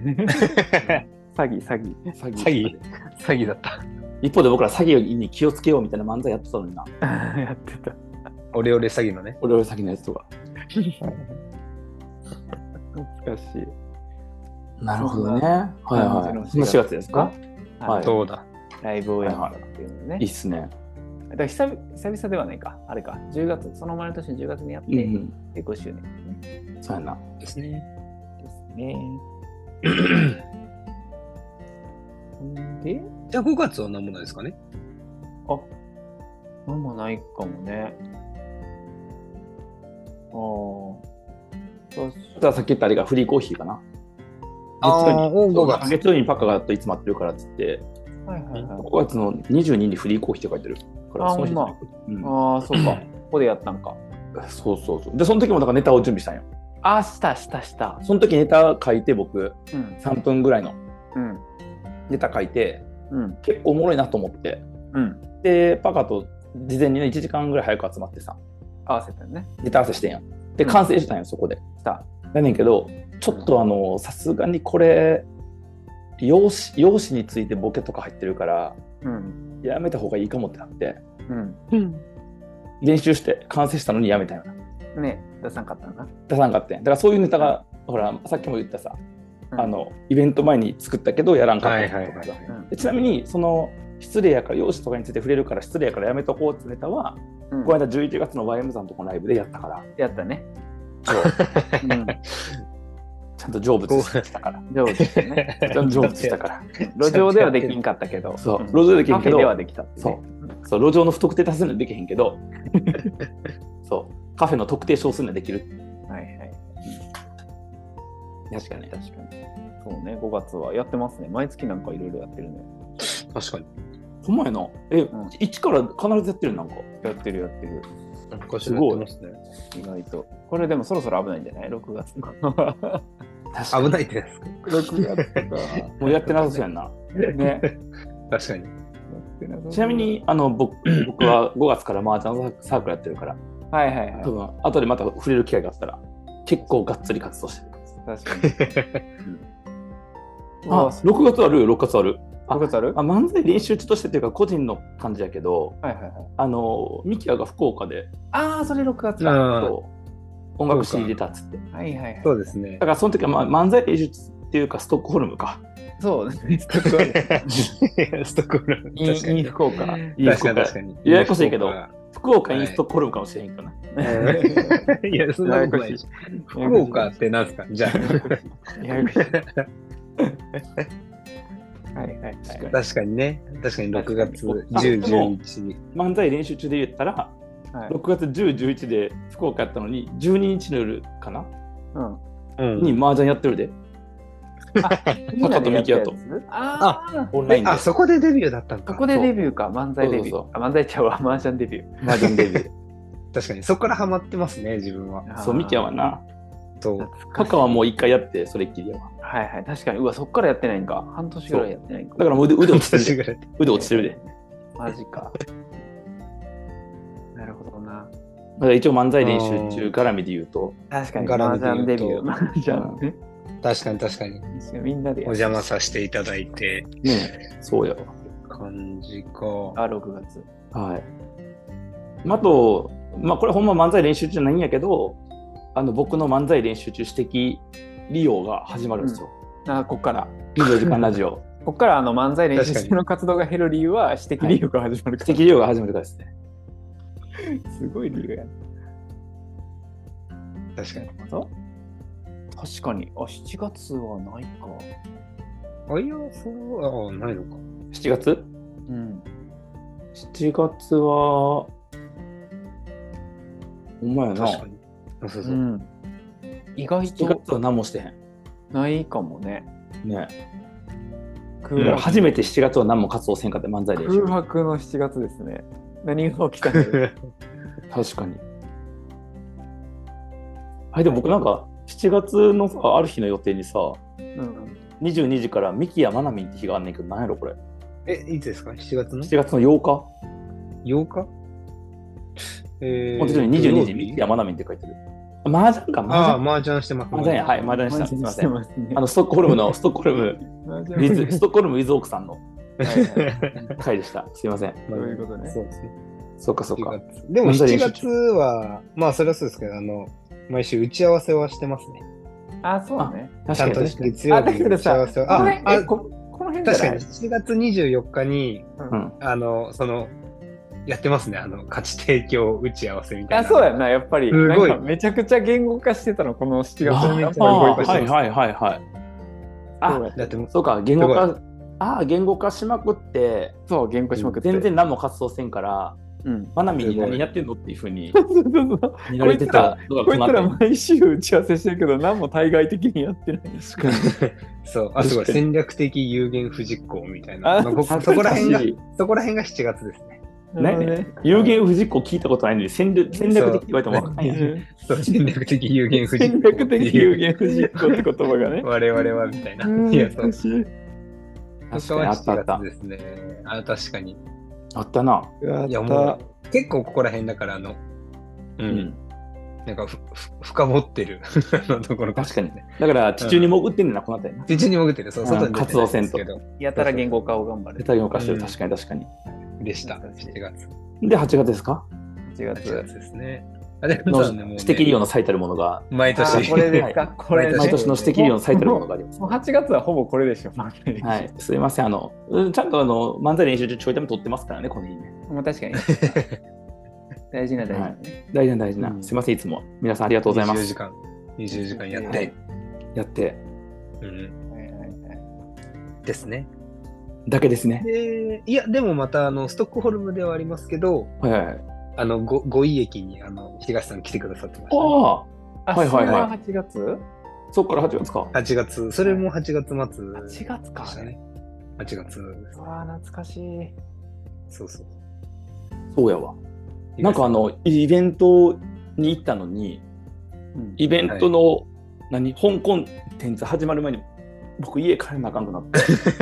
詐欺だった。 一方で僕ら詐欺に気をつけようみたいな漫才やってたのにな。 やってた。 オレオレ詐欺のね。 オレオレ詐欺のやつとか。 懐かしい。 なるほどね。はいはい。その4月ですか？はい。 そうだ。 ライブをやったっていうのね。 いいっすね。 だから久々ではないか。あれか。10月、その前の年の10月にやって、で5周年ですね。 そうやな。 ですね。 ですね。で、 じゃあ5月は何もないですかね？ あ、なんもないかもね。 じゃあさっき言ったあれがフリーコーヒーかな。 5月。 月曜にパカがといつも待ってるからっつって、5月の22日にフリーコーヒーって書いてるから、その日。 そうか。ここでやったんか。 そう。で、その時もなんかネタを準備したんよ。 した。 その時ネタ書いて僕、3分ぐらいのネタ書いて、結構おもろいなと思って、で、パカと事前にね、1時間ぐらい早く集まってさ、 合わせてね。 ネタ合わせしてんやん。で、完成したんよ、そこで。やねんけど、ちょっとさすがにこれ、容姿についてボケとか入ってるから、やめた方がいいかもってなって、練習して完成したのにやめたよな。 ね、出さんかったのかな。 出さんかってん。だからそういうネタが、ほら、さっきも言ったさ、イベント前に作ったけどやらんかったとかさ。ちなみに、その、失礼やから、容姿とかについて触れるから失礼やからやめとこうってネタは、この間11月の YM さんとこのライブでやったから。 やったね。 そう。ちゃんと成仏したから。 成仏したね。 ちゃんと成仏したから。 路上ではできんかったけど。 そう。路上できんけど。 カフェではできた。 そう。路上の不特定多数にはできへんけど。そう。カフェの特定少数にはできる。 はいはい。 確かに。 そうね、5月はやってますね。毎月なんかいろいろやってるね。 確かに。 ほんまやな。一から必ずやってるなんか。 やってる。 すごいですね。 意外と。これでもそろそろ危ないんじゃない ?6 月とか。 危ないってですか ?6 月とか。 もうやってなさそうやんな。ね。 確かに。 ちなみに僕は5月から麻雀サークルやってるから。多分後でまた触れる機会があったら結構がっつり活動してる。 確かに。 6月あるよ、6月ある。 6月ある？ 漫才練習中としてっていうか個人の感じやけど、ミキヤが福岡で、 それ6月だ。 音楽誌に出たっつって。 そうですね。 だからその時は漫才練習っていうかストックホルムか。 そうですね。ストックホルム。イン福岡。 確かに。 ややこしいけど、福岡インストックホルムかもしれへんかな。 いや、そんなことないし。福岡って何すかじゃあ。 ややこしい。 確かにね。確かに6月10、11。 漫才練習中で言ったら、6月10、11で福岡やったのに、12日の夜かなに麻雀やってるで。パカとミキヤと。オンラインで。 そこでデビューだったんか。 そこでデビューか、漫才デビュー。漫才ちゃうわ、麻雀デビュー。 麻雀デビュー。 確かに、そこからハマってますね、自分は。 そう、ミキヤはな。 そう。 パカはもう1回やって、それっきりやわ。 確かに。うわ、そっからやってないんか。半年ぐらいやってないんか。 だからもう腕落ちてるで。腕落ちてるで。 マジか。なるほどな。 一応漫才練習中絡みで言うと。 確かに、麻雀デビュー。麻雀ね。 確かに。 みんなでお邪魔させていただいて。 ね、そうやわ。 感じか。 6月。 はい。あと、これほんま漫才練習中じゃないんやけど、僕の漫才練習中指摘利用が始まるんですよ。 こっから。 24時間ラジオ。 こっから漫才練習中の活動が減る理由は指摘利用が始まるから。 指摘利用が始まるからですね。 すごい理由や。 確かに。 確かに。7月はないか。 いや、そうないのか。 7月7月は、ほんまやな。 確かに。 意外と。 7月は何もしてへん。 ないかもね。 初めて7月は何も活動せんかった漫才練習。 空白の7月ですね。何が起きたの確かに。でも僕なんか7月のある日の予定にさ、22時からミキヤマナミンって日があんねんけど、何やろこれ。 いつですか ?7 月の ?7 月の8日 ?8 日もちろん22時ミキヤマナミンって書いてる。麻雀か、 麻雀してます。 麻雀や、麻雀した。すみません。ストックホルムウィズ奥さんの回でした。すみません。 そういうことね。 そうですね。 そうか。 でも7月は、それはそうですけど、毎週打ち合わせはしてますね。 あ、そうね。 確かにちゃんとね、 確かに。 月曜日だけどさ、 幸せをこの辺じゃ確かにない 7月24日に、 うんやってますね、価値提供打ち合わせみたいあ、 な。 そうやな、やっぱり。 すごいなんかめちゃくちゃ言語化してたの、この7月に。やっぱりあ動いてはいはいはいはい。あ、 だってもうそうか、言語す化、言語化しまくって、 そう、言語化しまくって。 全然何も活動せんから、マナミに何やってんのっていうふうに見られてたのがこいつらこの後毎週打ち合わせしてるけど、何も対外的にやってない。 確かに。 そう、すごい、戦略的有限不実行みたいな。 あそこら辺が7月ですね。 ね、有限不実行聞いたことないのに戦略的って言われても分かんないやん。 そう、戦略的有限不実戦行。 略的有限不実行って言葉がね。 我々はみたいな。いや、そう。 確かにあったあった 7月ですね。確かに。 あったな。 いや、もう、結構ここら辺だから、なんか深掘ってるところ確かにね。だから地中に潜ってんねんな、この辺りな。 地中に潜ってる、そう、外に活動せんと。 やたら言語化を頑張る。 やたら言語化してる、確かに確かに。 でした、7月。 で、8月ですか ?8 月ですね。 の指摘利用の最たるものこ毎年。 これですか、これ毎年の指摘利用の最たるものがあります。 もう8月はほぼこれでしょ。 はい、すいません。ちゃんと漫才練習中ちょいため撮ってますからね、この日ね。 もう確かに。大事な。 大事な。すいません、いつも。皆さんありがとうございます。 20時間やって。ですね。 だけですね。 いや、でもまた、ストックホルムではありますけど、五井駅に東さん来てくださってました、ね。 はいはいはい。 8月？ そっから8月か。 8月、それも8月末。 8月か。 ね。8月です。 懐かしい。 そうやわ。なんかイベントに行ったのに、イベントの、香港展示始まる前に、僕家帰らなあかんくなって。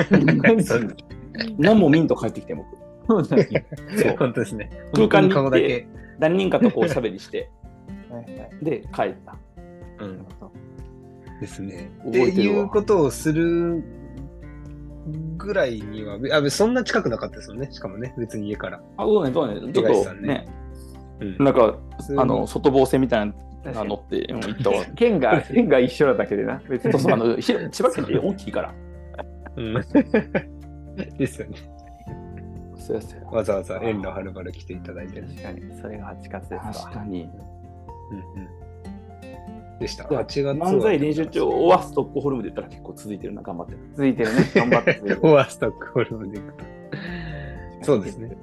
何も見んと帰ってきて、僕。 本当ですね。 空間に行って何人かとこうおしゃべりしてで帰った。 ですね。っていうことをするぐらいにはそんな近くなかったですよね。しかもね、別に家から。 そうね。ちょっとね、なんか外房線みたいなのって行ったわ。 県が一緒なだけでな。 別に千葉県って大きいから。 ですよね。わざわざ遠路はるばる来ていただいて、 確かにそれが8月ですか。 確かに。 でした。8月漫才練習中はストックホルムで言ったら結構続いてるな、頑張ってる。 続いてるね、頑張ってる。 オアストックホルムでいくと。そうですね。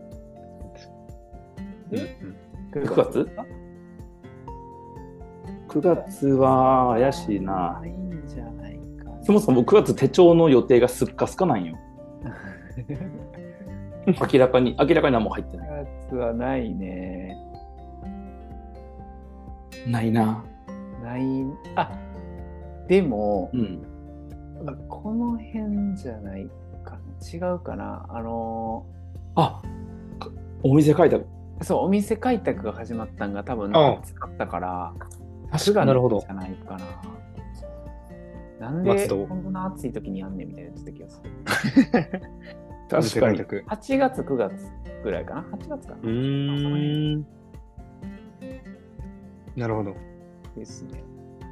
9月 ?9 月は怪しいな。 いいんじゃないか。 そもそも9月手帳の予定がすっかすかなんよ。明らかに何も入ってない。 9月はないね。 ないな。 でも、この辺じゃないかな。違うかな。 お店開拓。 そう、お店開拓が始まったんが多分暑かったから、9月じゃないかな。なんでこんな暑い時にやんねんみたいな言ってた気がする。 確かに。 8月、9月ぐらいかな。8月かな。 なるほど。 ですね。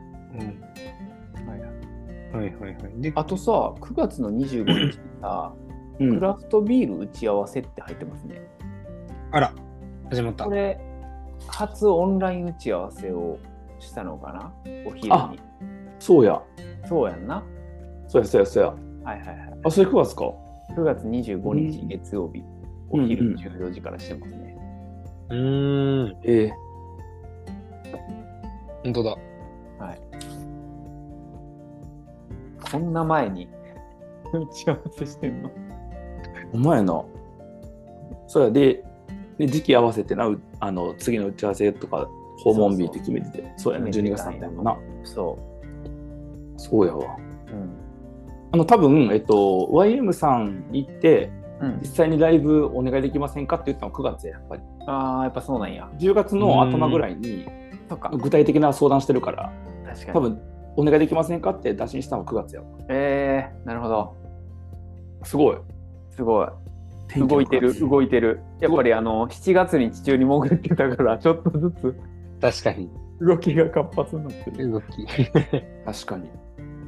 で、 あとさ、9月の25日にさ、クラフトビール打ち合わせって入ってますね。 あら、始まった。 これ、初オンライン打ち合わせをしたのかな、お昼に。 そうや。 そうやんな。 そうや。 はいはいはい。 それ9月か。 9月25日月曜日、お昼14時からしてますね。 本当だ。 はい。こんな前に打ち合わせしてんの？ お前な。そうやで時期合わせてな、次の打ち合わせとか訪問日って決めてて、そうやな、12月なんだよな。そうやわ。多分YM さん行って、実際にライブお願いできませんかって言ったの9月やっぱり。 やっぱそうなんや。 10月の頭ぐらいに具体的な相談してるから、 確かに多分お願いできませんかって打診したの9月やわ。 なるほど。 すごい。 動いてる。やっぱり7月に地中に潜ってたから、ちょっとずつ。 確かに。 動きが活発になってる。 動き。 確かに。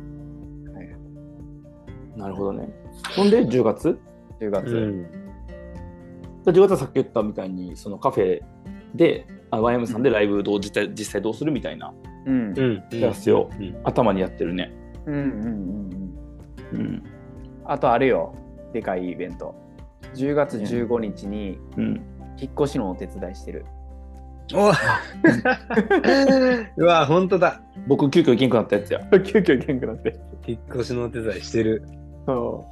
なるほどね。そんで10月 10月。 10月はさっき言ったみたいにそのカフェでYM さんでライブ実際どうするみたいなやつを頭にやってるね。 あとあれよ、でかいイベント。10月15日に引っ越しのお手伝いしてる。 うわ、本当だ。 僕急遽行けんくなったやつや。 急遽行けんくなって。 引っ越しのお手伝いしてる。 そう。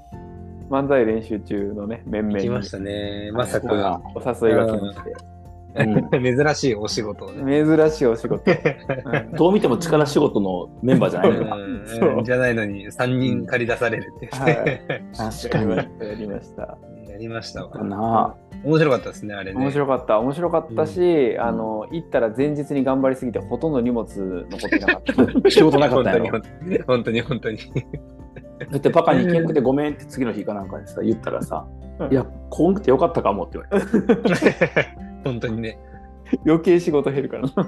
漫才練習中のね、面々に。 来ましたね。まさか。 お誘いが来まして。 珍しいお仕事をね。 珍しいお仕事。 どう見ても力仕事のメンバーじゃないのか。 じゃないのに3人借り出されるって。 確かに。 やりました。 やりましたわ。 な面白かったですね、あれね。 面白かったし、行ったら前日に頑張りすぎてほとんど荷物残ってなかった。 仕事なかったよ。 本当に。 だってパカに行けんくてごめんって次の日かなんかにさ言ったらさ、いや、来んくてよかったかもって言われて。 本当にね。 余計仕事減るからな。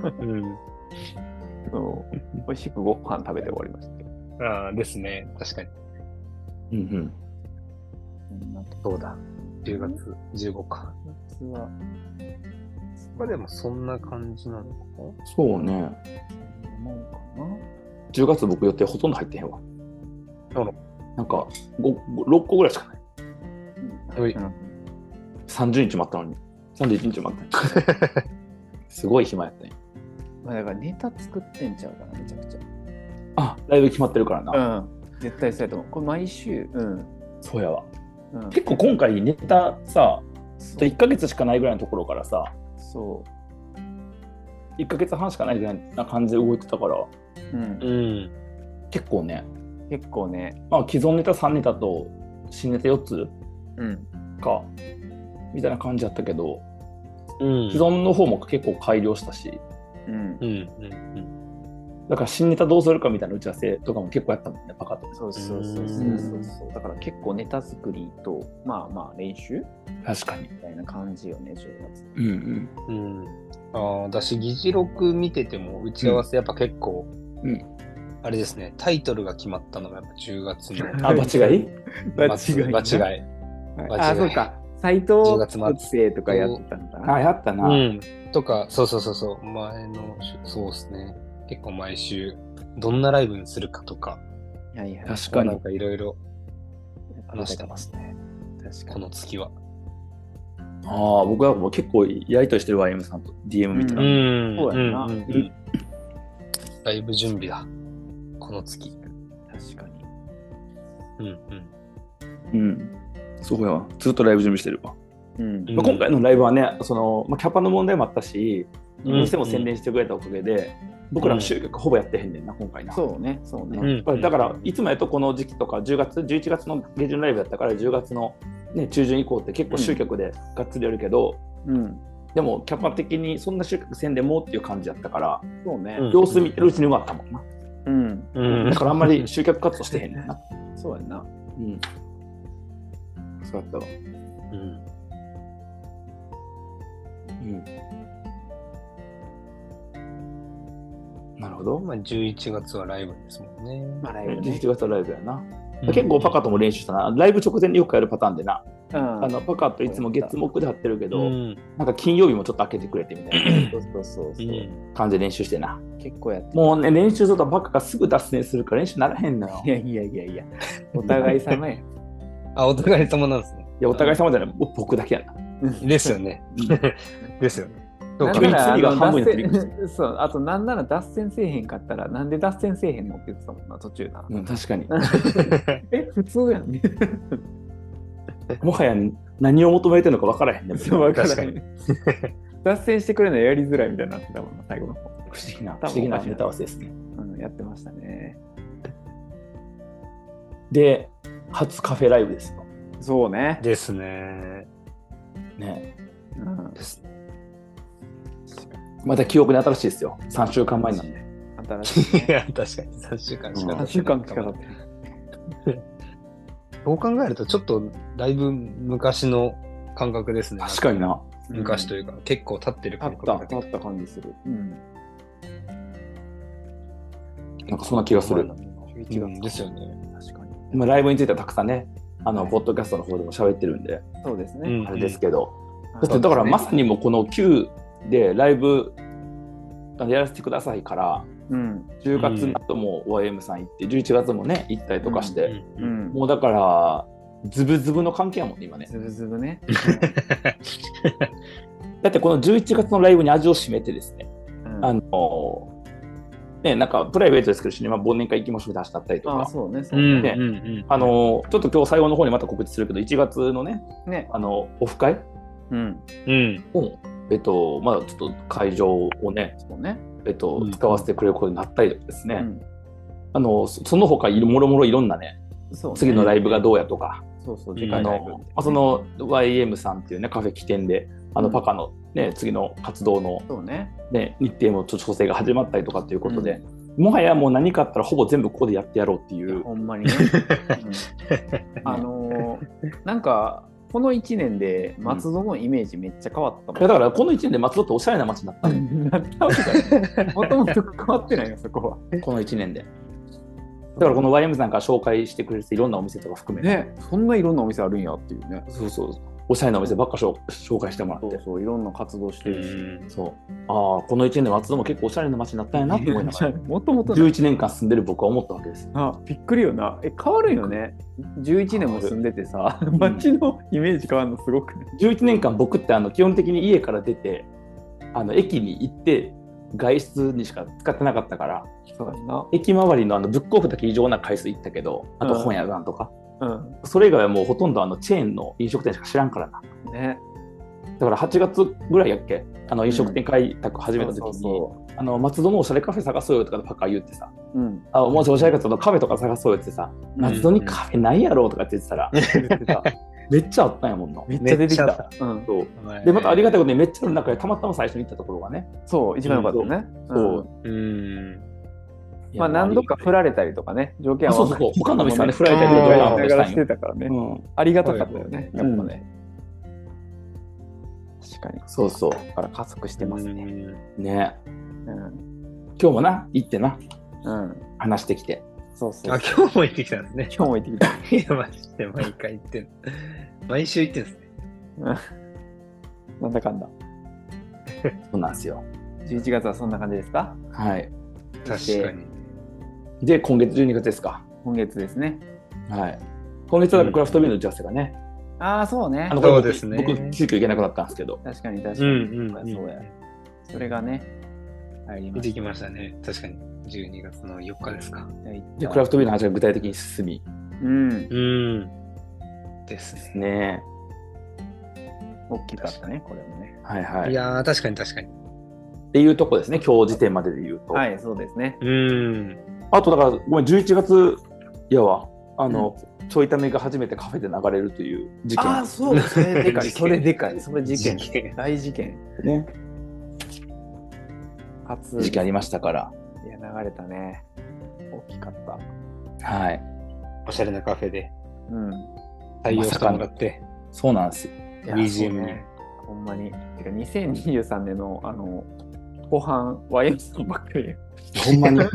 美味しくご飯食べて終わりましたけど。 ああ、ですね。確かに。そうだ。10月15か。でもそんな感じなのかな。 そうね。10月僕予定ほとんど入ってへんわ。なんか6個ぐらいしかない。30日待ったのに。31日待ったのに。すごい暇やったね。 だからネタ作ってんちゃうかな、めちゃくちゃ。 あ、ライブ決まってるからな。 絶対そうやと思う。これ毎週。 そうやわ。結構今回ネタさ、1ヶ月しかないぐらいのところからさ、1ヶ月半しかないぐらいな感じで動いてたから、結構ね。まあ既存ネタ3ネタと新ネタ4つか、みたいな感じだったけど、既存の方も結構改良したし、だから新ネタどうするかみたいな打ち合わせとかも結構やったもんね、パカと。 そう。だから結構ネタ作りと、まあ練習確かに。 みたいな感じよね、10 月。だし、議事録見てても打ち合わせやっぱ結構、あれですね、タイトルが決まったのがやっぱ10月の。 あ、場違い。 あ、そうか。斎藤ってとかやってたんだ。 あ、やったな。 とか、そう。前の、そうですね。結構毎週、どんなライブにするかとか。 確かに。 なんかいろいろ話してますね。この月は。 僕はもう結構やりとりしてる YM さんと DM 見たら。 そうやな。 ライブ準備だ。この月。 確かに。 そうやわ。ずっとライブ準備してるわ。今回のライブはね、キャパの問題もあったし、どうしても宣伝してくれたおかげで、僕らの集客ほぼやってへんねんな、今回な。 そうね。 だから、いつもやとこの時期とか、11月の下旬ライブだったから、10月の、中旬以降って結構集客でがっつりやるけど、でも、キャパ的にそんな集客せんでもっていう感じだったから、様子見てるうちに終わったもんな。だからあんまり集客活動してへんねんな。 そうやな。 そうやったわ。なるほど。 11月はライブですもんね。 11月はライブやな。結構パカとも練習したな。ライブ直前によくやるパターンでな。パカといつも月木で張ってるけど、なんか金曜日もちょっと開けてくれてみたいな感じで練習してな。 結構やって。 もうね、練習するとパカがすぐ脱線するから練習ならへんのよ。 いや。お互い様や。 お互い様なんですね。 いや、お互い様じゃない。僕だけやな。 ですよね。ですよね。 あとなんなら脱線せえへんかったらなんで脱線せえへんのって言ってたもんな、途中な。 確かに。 普通やんね。 もはや何を求めてるのか分からへんね。 分からへん。脱線してくれるのやりづらいみたいになってたもんな、最後の方。 不思議なネタ合わせですね。 やってましたね。 で、初カフェライブですよ。 そうね。 ですね。 ですね。 また記憶に新しいですよ。3週間前なんで。 新しい、 いや、確かに3週間しか 3週間しか経ってない。そう考えると、ちょっとだいぶ昔の感覚ですね。 確かにな。 昔というか、結構経ってる感覚。 経った感じする。 なんかそんな気がする。 11月ですよね。 確かに。 今ライブについてはたくさんね、ポッドキャストの方でも喋ってるんで、 そうですね。 あれですけど、 うんだってだからまさにもうこの Q でライブやらせてくださいから、10月になるともう YM さん行って、11月もね、行ったりとかして、もうだから、ズブズブの関係やもんね、今ね。 ズブズブね。 だってこの11月のライブに味を占めてですね、なんかプライベートですけど、シネマ忘年会行きましょうって話だったりとか、 そうね、 ちょっと今日最後の方にまた告知するけど、1月のね、オフ会を、まだちょっと会場をね、使わせてくれることになったりとかですね、その他もろもろいろんなね、次のライブがどうやとか、 次回ライブその YM さんっていうね、カフェ起点で、パカのね、次の活動のね、日程も調整が始まったりとかということで、もはやもう何かあったらほぼ全部ここでやってやろうっていう。 ほんまにね。なんかこの1年で松戸のイメージめっちゃ変わったもん。 だからこの1年で松戸っておしゃれな街になったの。 もともと変わってないよ、そこは。この1年で。だからこの YM さんから紹介してくれていろんなお店とか含めて。 ね、そんないろんなお店あるんやっていうね。 おしゃれなお店ばっか紹介してもらって。 いろんな活動してるし。 この1年で松戸も結構おしゃれな街になったんやなと思いながら。 もともと 11年間住んでる僕は思ったわけです。 びっくりよな。変わるよね。11年も住んでてさ、街のイメージ変わるのすごくね。 11年間僕って基本的に家から出て、駅に行って、外出にしか使ってなかったから、駅周りのブックオフだけ異常な回数行ったけど、あと本屋さんとか、それ以外はもうほとんどチェーンの飲食店しか知らんからな。 ね、 だから8月ぐらいやっけ、飲食店開拓始めた時に、松戸のおしゃれカフェ探そうよとかパカ言ってさ、もしおしゃれカフェとか探そうよってさ、松戸にカフェないやろとかって言ってたら、めっちゃあったんやもんな。 めっちゃ出てきた。 で、またありがたいことにめっちゃある中でたまたま最初に行ったところがね。 一番良かったね。何度か振られたりとかね、条件は他の店はね、振られたりとかしてたからね。ありがたかったよね、やっぱね。確かに。だから加速してますね。 ね。今日もな、行ってな、話してきて。 今日も行ってきたんですね。 今日も行ってきた。 いや、マジで毎回行ってんの。毎週行ってんですね。 なんだかんだ。 そうなんですよ。 11月はそんな感じですか？ はい。 確かに。 で、今月12月ですか？ 今月ですね。 はい。今月はクラフトビールの打ち合わせがね。 そうね。 そうですね。僕、急遽行けなくなったんですけど。 確かに。そうや。それがね、 見てきましたね。確かに。12月の4日ですか。 で、クラフトビールの話が具体的に進み。 ですね。 大きかったね、これもね。 はいはい。 いやー、確かに。 っていうとこですね、今日時点までで言うと。 はい、そうですね。 あと、だから、ごめん、11月やわ。ちょいためが初めてカフェで流れるという事件。 それでかい。それ事件。大事件。 ね。事件ありましたから。 いや、流れたね。大きかった。 はい。 おしゃれなカフェで。採用してもらって。 そうなんですよ。 BGM に。 ほんまに。てか、2023年の、後半、YM さんばっかり。 ほんまに。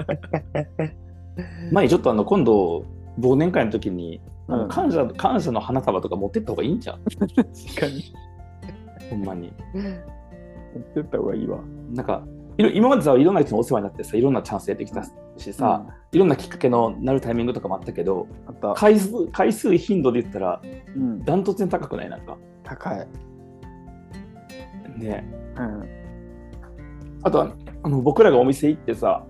前ちょっと今度、忘年会の時に、感謝の花束とか持ってった方がいいんじゃん。 確かに。 ほんまに。 持ってった方がいいわ。 なんか、今までさ、いろんな人にお世話になってさ、いろんなチャンスやってきたしさ、いろんなきっかけのなるタイミングとかもあったけど、回数頻度で言ったら、ダントツに高くない？なんか。 高い。 ね。あとは、僕らがお店行ってさ、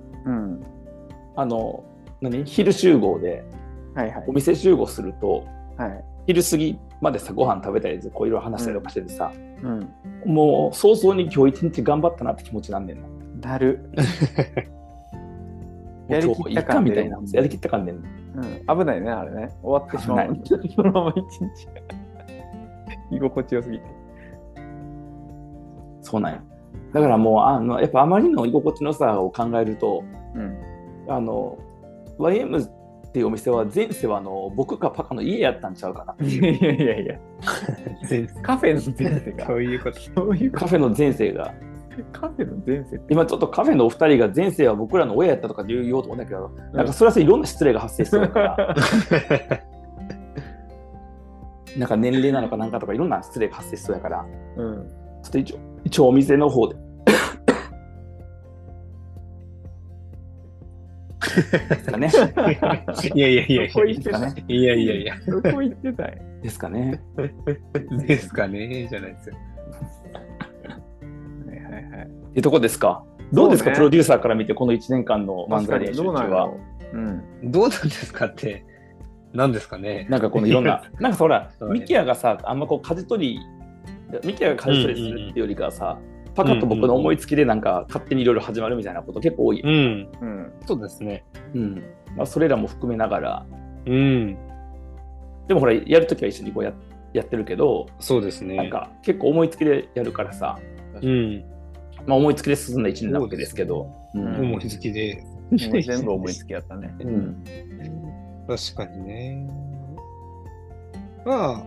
昼集合で、お店集合すると、昼過ぎまでさ、ご飯食べたりこういろいろ話したりとかしててさ、もう早々に今日一日頑張ったなって気持ちなんねんな。 なる。 やりきった感みたいな。やりきった感でん危ないね、あれね。終わってしまう。そのまま一日。居心地よすぎて。 そうなんや。だからもうやっぱあまりの居心地のさを考えると、YM っていうお店は前世は僕かパカの家やったんちゃうかな。 いや。カフェの前世が。 そういうこと。 カフェの前世がカフェの前世って今ちょっとカフェのお二人が前世は僕らの親やったとかで言おうと思うんだけど、なんかそれはいろんな失礼が発生するから、なんか年齢なのかなんかとかいろんな失礼が発生しそうやから、ちょっと一応お店の方で。ですかね。 いやいやいやいどこ行ってたね。 やいやいやいや。 どこ行ってたんですかね。 ですかねじゃないですよ。 はいはいはい。 ってとこですか。どうですか、 そうねプロデューサーから見てこの1年間の漫才練習中は。 どうなんですかって何ですかね。 なんかこのいろんな、なんかほら、 そうねミキヤがさ、あんまこう舵取り、ミキヤが舵取りするっていうよりかはさ、パカッと僕の思いつきでなんか勝手にいろいろ始まるみたいなこと結構多い。 そうですね。 まあ、それらも含めながら、 でもほら、やるときは一緒にこうやってるけど、 そうですね。 なんか結構思いつきでやるからさ、まあ、思いつきで進んだ1年なわけですけど。 思いつきで。 全部思いつきやったね。 確かにね。まあ、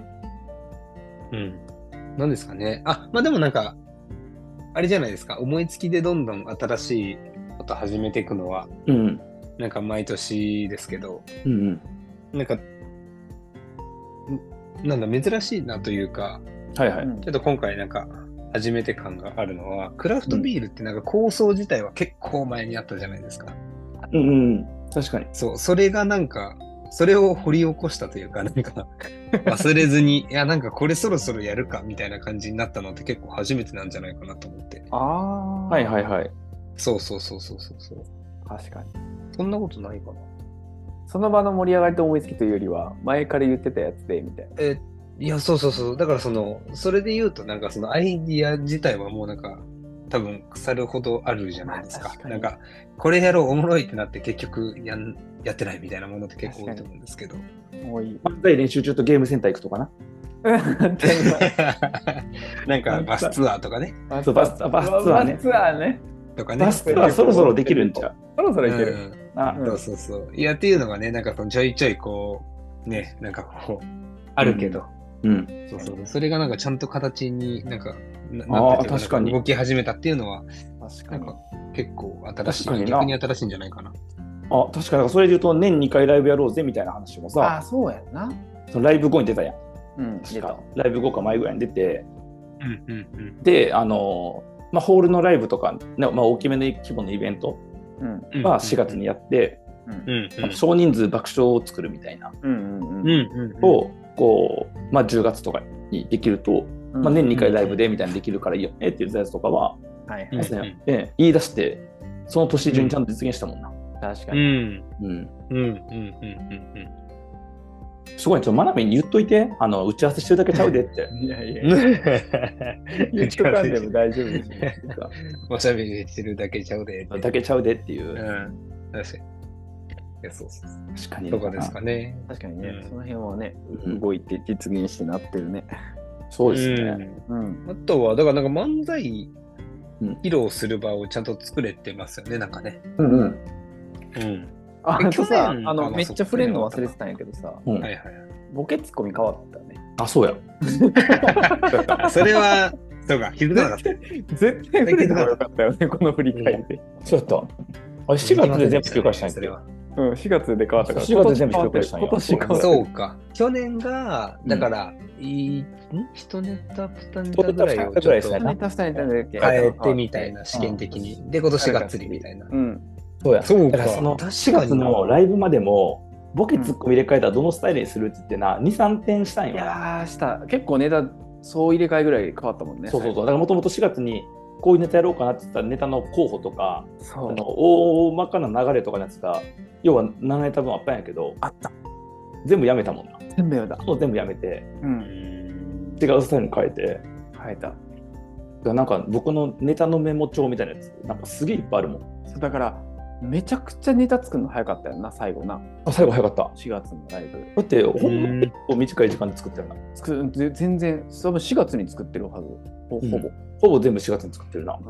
なんですかね。まあでもなんか、あれじゃないですか。思いつきでどんどん新しいこと始めていくのは、なんか毎年ですけど、なんか、なんだ、珍しいなというか、ちょっと今回なんか、初めて感があるのは、クラフトビールってなんか構想自体は結構前にあったじゃないですか。 確かに。 そう、それがなんか、それを掘り起こしたというか、なんか、忘れずに、いや、なんかこれそろそろやるかみたいな感じになったのって結構初めてなんじゃないかなと思って。 はいはいはい。 そう。 確かに。 そんなことないかな。 その場の盛り上がりと思いつきというよりは、前から言ってたやつで、みたいな。 いや、そう。だからそれで言うと、なんかそのアイディア自体はもうなんか、多分腐るほどあるじゃないですか。なんか、これやろう、おもろいってなって結局やってないみたいなものって結構多いと思うんですけど。 漫才練習中とゲームセンター行くとかな。 なんかバスツアーとかね。 バスツアーね。 とかね。 バスツアーそろそろできるんちゃう。 そろそろいける。 そう。いや、っていうのがね、なんかちょいちょいこう、ね、なんかこう、あるけど。そう。それがなんかちゃんと形になんか、 確かに動き始めたっていうのは、 確かになんか結構新しい、逆に新しいんじゃないかな。 確かに、それで言うと年2回ライブやろうぜみたいな話もさ、 そうやんな。 そのライブ後に出たやん。 出た。 ライブ後か前ぐらいに出て、で、まあ、ホールのライブとか、まあ、大きめの規模のイベントは4月にやって、少人数爆笑を作るみたいなを、こう、まあ、10月とかにできると、まあ、年2回ライブでみたいにできるからいいよねっていうやつとかは、言い出して、その年中にちゃんと実現したもんな。 確かに。 すごい、ちょっとマナミに言っといて、打ち合わせしてるだけちゃうでって。 いや。言っとかんでも大丈夫です。 おしゃべりしてるだけちゃうで。 だけちゃうでっていう。 確かに。いや、そう。 確かに。 とかですかね。 確かにね、その辺はね、動いて実現してなってるね。 そうですね。 あとは、だからなんか漫才披露する場をちゃんと作れてますよね、なんかね。 去年めっちゃ触れんの忘れてたんやけどさ、ボケツッコミ変わったね。 そうや。 それは、そうか、気づかなかった。 絶対触れたらよかったよね、この振り返りで。 そうやった。4月で全部休暇したんやけど。 4月で変わったから。 4月で全部休暇したんや。 今年変わった。 そうか。去年が、だから、1ネタ、2ネタぐらいをちょっと変えてみたいな、試験的に。で、今年がっつりみたいな。 そうや。 そうか。 だからその4月のライブまでも、ボケツッコミ入れ替えたらどのスタイルにするって言ってな、2、3点したんよ。 いやー、した。結構ネタ、そう入れ替えぐらい変わったもんね。 そう。だからもともと4月に、こういうネタやろうかなって言ったネタの候補とか、大まかな流れとかのやつが、要は7ネタ分あったんやけど、全部やめたもんな。 全部やめた。 全部やめて、違うスタイルに変えた。なんか僕のネタのメモ帳みたいなやつ、なんかすげえいっぱいあるもん。 だから、めちゃくちゃネタ作るの早かったよな、最後な。 最後早かった。 4月のライブ。 だって、ほんまに結構短い時間で作ってるな。 全然、多分4月に作ってるはず。 ほぼ全部4月に作ってるな。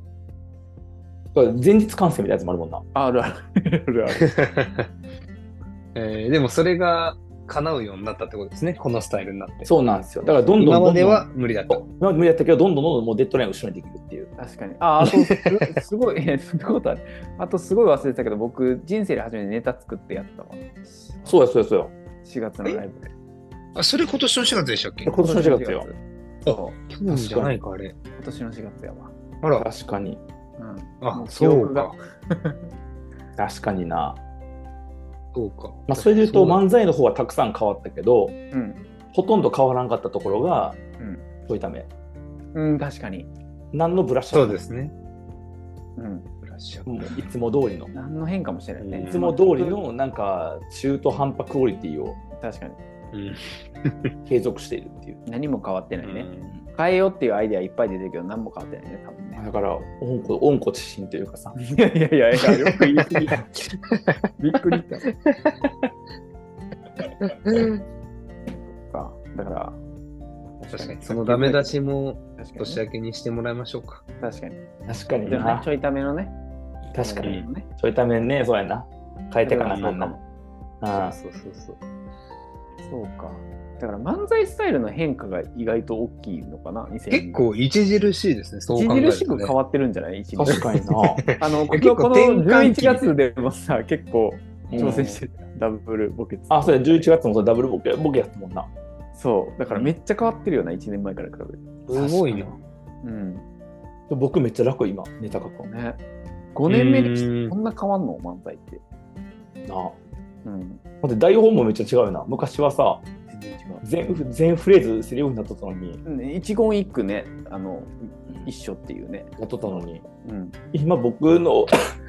前日完成みたいなやつもあるもんな。 ある。 でもそれが叶うようになったってことですね、このスタイルになって。 そうなんですよ。だからどんどん今までは無理だった。 今まで無理だったけど、どんどんもうデッドラインを後ろにできるっていう。 確かに。あとすごい、そんなことある。あとすごい忘れてたけど、僕、人生で初めてネタ作ってやったわ。 そうや、そうや、そうや。 4月のライブで。 あ、それ今年の4月でしたっけ？ 今年の4月よ。 そう。 去年じゃないか、あれ。 今年の4月やわ。 あら、 確かに。 うん。 あも、記そう憶がか。 確かにな。 そうか。 まあ、それで言うと漫才の方はたくさん変わったけど、 うん。 ほとんど変わらんかったところがうん。 ちょいため。 うん、確かに。 何のブラッシュそうですね。 うん。 ブラッシュアッもういつも通りの。 何の変化もしてないね。 いつも通りのなんか中途半端クオリティを確かに。 プ。 継続しているっていう。 何も変わってないね。 うん変えようっていうアイデアいっぱい出てるけど、何も変わってないね、多分ね。 だから温故知新というかさ。 いやいやいや、よく言い過ぎ。びっくりした。だから、 確かに、そのダメ出しも確かに年明けにしてもらいましょうか。 確かに。 確かにな。 でもねちょいためのね。 確かに。 ね。 ちょいためね、そうやな。変えてかなあかんな。 そうかも。 ああそうそうそう。 そうか。だから漫才スタイルの変化が意外と大きいのかな、2000 結構著しいですね、そう考えると、ね。 著しく変わってるんじゃない一年確かにな。 結構この11月でもさ、結構挑戦してる、ダブルボケ。 あ、そうや、11月もそれダブルボケやったもんな。 そう。だからめっちゃ変わってるよな、1年前から比べると。 すごいな。 うん。 僕めっちゃ楽今、ネタ書くの。 ね。5年目にしてこんな変わんの漫才って。 な。 うん。 ほんで台本もめっちゃ違うよな。昔はさ、 全然違う。 全フレーズセリフになっとったのに、 一言一句ね、一緒っていうね。 やっとったのに、 うん。 今僕の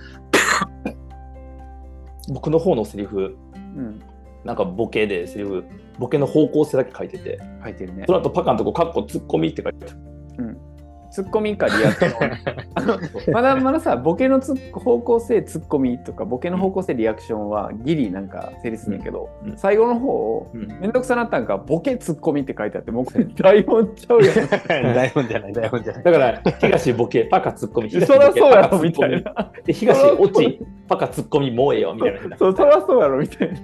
僕の方のセリフ、 うん。 なんかボケでセリフ、ボケの方向性だけ書いてて、 書いてるねそ。の後パカンとこカッコツッコミって書いてある。 うん。ツッコミかリアクション。まだまださ、ボケの方向性ツッコミとか、ボケの方向性リアクションはギリなんか成立するんやけど、 うん最後の方、 うんめんどくさなったんか、ボケツッコミって書いてあって、もうこれ台本ちゃうやん。 台本じゃない、台本じゃない。 だから、東ボケ、パカツッコミ、 そ東ボケ、 らそうやろパカツッコミみたい。な。 で、東落ち、パカツッコミ、もうええよみたいな。 そらそうやろみたいな。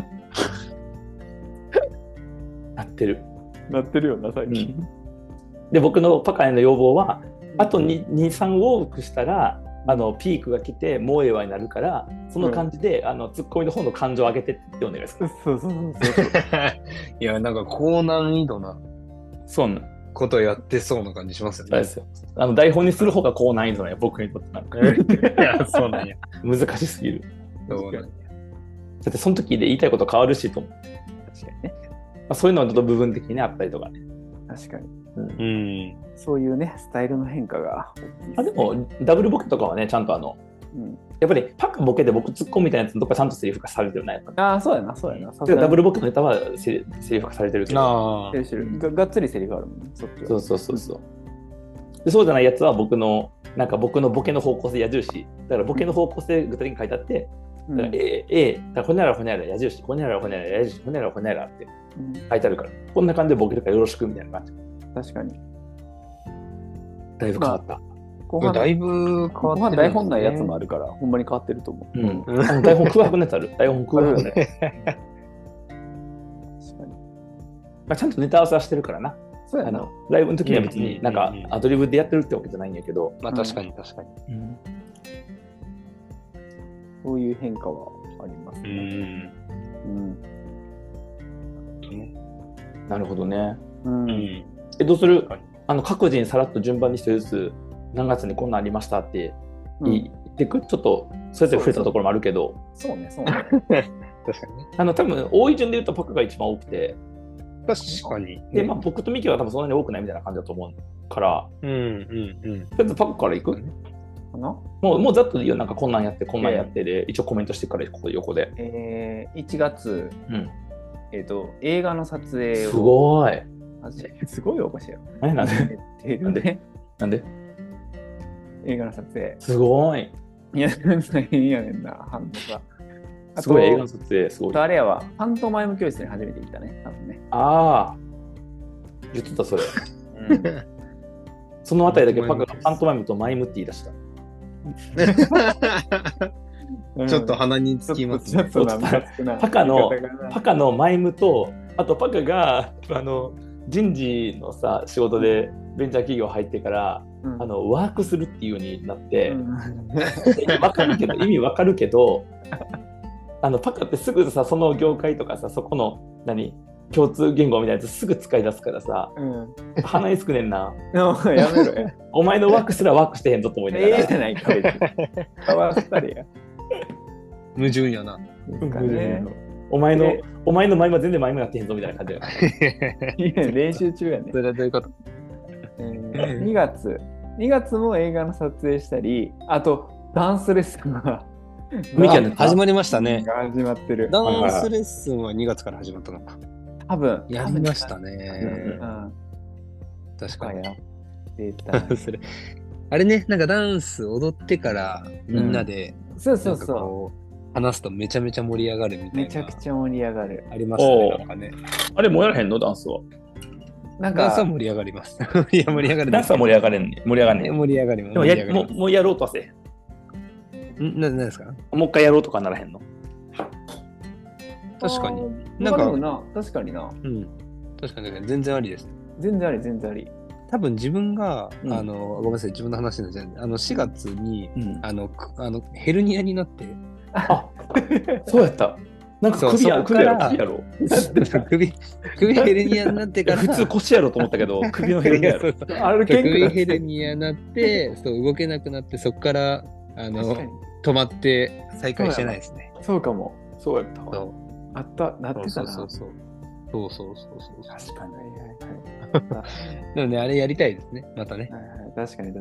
なってる。 なってるよな、最近。 で、僕のパカへの要望は、あと2、3往復したら、ピークが来て、もうええわになるから、その感じで、ツッコミの方の感情を上げてってお願いする。 そうそうそうそう。 いや、なんか高難易度なそうなんことやってそうな感じしますよね。 ですよ。台本にする方が高難易度なんや、僕にとってなんか。 いや、そうなんや。 難しすぎる。 そうなんや。 だって、その時で言いたいこと変わるしと思う。 確かにね。 そういうのはちょっと部分的にあったりとかね。 確かに。 うん。 そういうね、スタイルの変化が大きいすね。 でも、ダブルボケとかはね、ちゃんとうん、 やっぱりパカボケで僕突っ込みみたいなやつとかちゃんとセリフ化されてるな、やっぱああ、そうやな、そうやな。 でダブルボケのネタはセリフ化されてるけど。 ああ。 がっつりセリフあるもんね、そっちは。 そうそうそうそう。でそうじゃないやつは僕のボケの方向性矢印。だからボケの方向性具体的に書いてあって、 うん、 だからだからほにゃらほにゃら矢印、ほにゃらほにゃら矢印、ほにゃらほにゃらってうん書いてあるから、こんな感じでボケるからよろしくみたいな感じ。 確かに。 だいぶ変わった。 後半だいぶ変わってるんですね。 後半台本ないやつもあるから、ほんまに変わってると思う。 うん。台本空白のやつある。台本空白で。 確かに。 ちゃんとネタ合わせはしてるからな。 そうやな。 ライブの時には別になんかうんうんうんアドリブでやってるってわけじゃないんやけど、 まあ確かに確かに。 そういう変化はありますね。うん。 なるほどね。 うん。 どうする？各人さらっと順番に一人ずつ何月にこんなんありましたって言ってく、ちょっとそれぞれ増えたところもあるけど、 そうね、そうね。 確かにね。 多分多い順で言うとパクが一番多くて、 確かに。 で、僕とミキは多分そんなに多くないみたいな感じだと思うから、 うんうんうん。 とりあえずパクからいく？ かな？ もうざっといいよ。なんかこんなんやってこんなんやってで、一応コメントしてからここ横で。 1月、 うん。 映画の撮影を。 すごい。 すごいおかしいよ。 なんで？ なんで？ なんで？ 映画の撮影。 すごい。 いや、大変やねんな、ハンドが。 すごい映画の撮影、すごい。 あれやわ、パントマイム教室に初めて行ったね、多分ね。 ああ。言ってた、それ。そのあたりだけパクがパントマイムとマイムって言い出した。 ちょっと鼻につきますね。 ちょっとなんか少ないパカのマイムと、あとパカが人事のさ仕事でベンチャー企業入ってから、ワークするっていうようになって、意味わかるけどパカってすぐさその業界とかさそこの共通言語みたいなやつすぐ使い出すからさ、鼻につくねんな。 やめろや。 お前のワークすらワークしてへんぞと思いながら。 じゃないか、かわしたりや。 矛盾やな。 お前のマイムは全然マイムなってへんぞみたいな感じや。 練習中やね。 それはどういうこと？ 2月も映画の撮影したり、あとダンスレッスンが始まりましたね。 始まってる。 ダンスレッスンは2月から始まったのか。 多分やりましたね。確かに。あれね、なんかダンス踊ってからみんなで、話すとめちゃめちゃ盛り上がるみたいな。 めちゃくちゃ盛り上がる。 ありましたね、なんかね。 あれ、もうやらへんのダンスは。 ダンスは盛り上がります。いや、盛り上がる。 ダンスは盛り上がれんね。盛り上がんね。 盛り上がります。 もうやろうとはせえ。なんですか？ もう一回やろうとかならへんの？ 確かに。なんか確かにな。 確かに全然ありです。 全然あり。 多分自分が、ごめんなさい、自分の話なんじゃない。4月に、ヘルニアになって。 あ、そうやった。なんか首やろ。 首ヘルニアになってから。 普通腰やろと思ったけど、首のヘルニアやろ。 首ヘルニアになって、動けなくなって、そこから、止まって再開してないですね。 そうかも。 そうやった。 あった、なってたな。 そう。 確かに。 でもね、あれやりたいですね、またね。 確かに。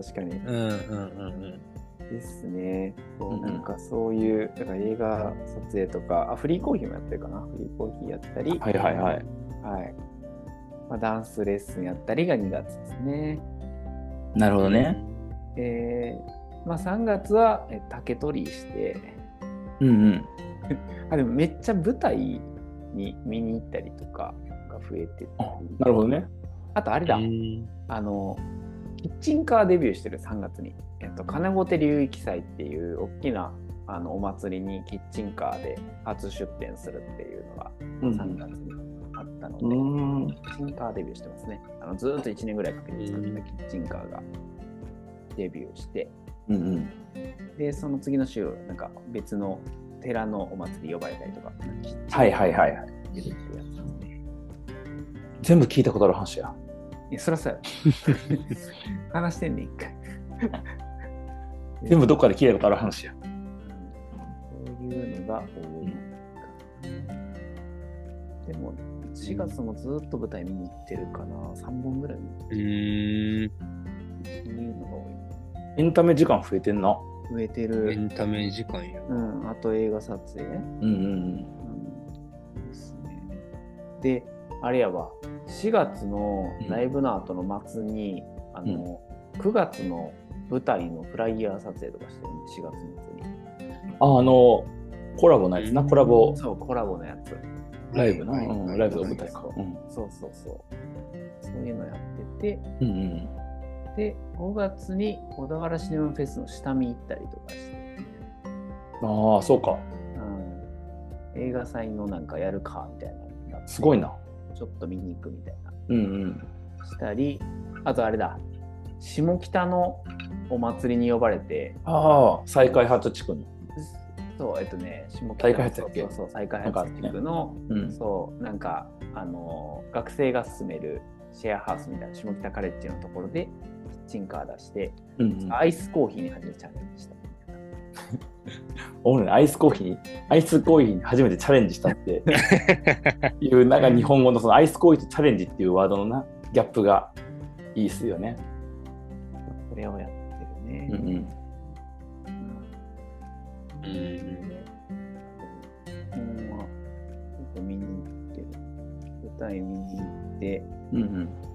ですね。なんかそういう、だから映画撮影とか、フリーコーヒーもやってるかな。フリーコーヒーやったり。はい。ダンスレッスンやったりが2月ですね。 なるほどね。 3月は竹取りして、でもめっちゃ舞台に見に行ったりとかが増えてたり。 なるほどね。 あとあれだ、キッチンカーデビューしてる3月に、金子手流域祭っていう大きなお祭りにキッチンカーで初出店するっていうのが3月にあったので、キッチンカーデビューしてますね。ずっと1年ぐらいかけて作ったキッチンカーがデビューして、でその次の週なんか別の寺のお祭り呼ばれたりとか、 全部聞いたことある話や。 いや、そらそうや。話してんねん、一回。 全部どっかで聞いたことある話や。 そういうのが多い。でも、4月もずっと舞台見に行ってるかな。3本ぐらい見に行ってる。そういうのが多い。 エンタメ時間増えてんな。 増えてる。 エンタメ時間や。 あと映画撮影。ですね。で、あれやわ。4月のライブの後の末に、9月の舞台のフライヤー撮影とかしてるんで、4月末に。 コラボのやつな、コラボ。 そう、コラボのやつ。 ライブな。ライブの舞台か。 そう。そういうのやってて、で、5月に小田原シネマフェスの下見行ったりとかして。 ああ、そうか。 映画祭のなんかやるかみたいな。 すごいな。 ちょっと見に行くみたいな。したり、あとあれだ、下北のお祭りに呼ばれて。 再開発地区の。 そう、下北再開発だっけ？ そう、再開発地区の、なんか、学生が進めるシェアハウスみたいな下北カレッジのところで、キッチンカー出して、アイスコーヒーに初めてチャレンジした。 俺ね、アイスコーヒーに初めてチャレンジしたっていうなんか日本語のそのアイスコーヒーとチャレンジっていうワードのなギャップがいいっすよね。 それをやってるね。見に行ってる。舞台見に行って。何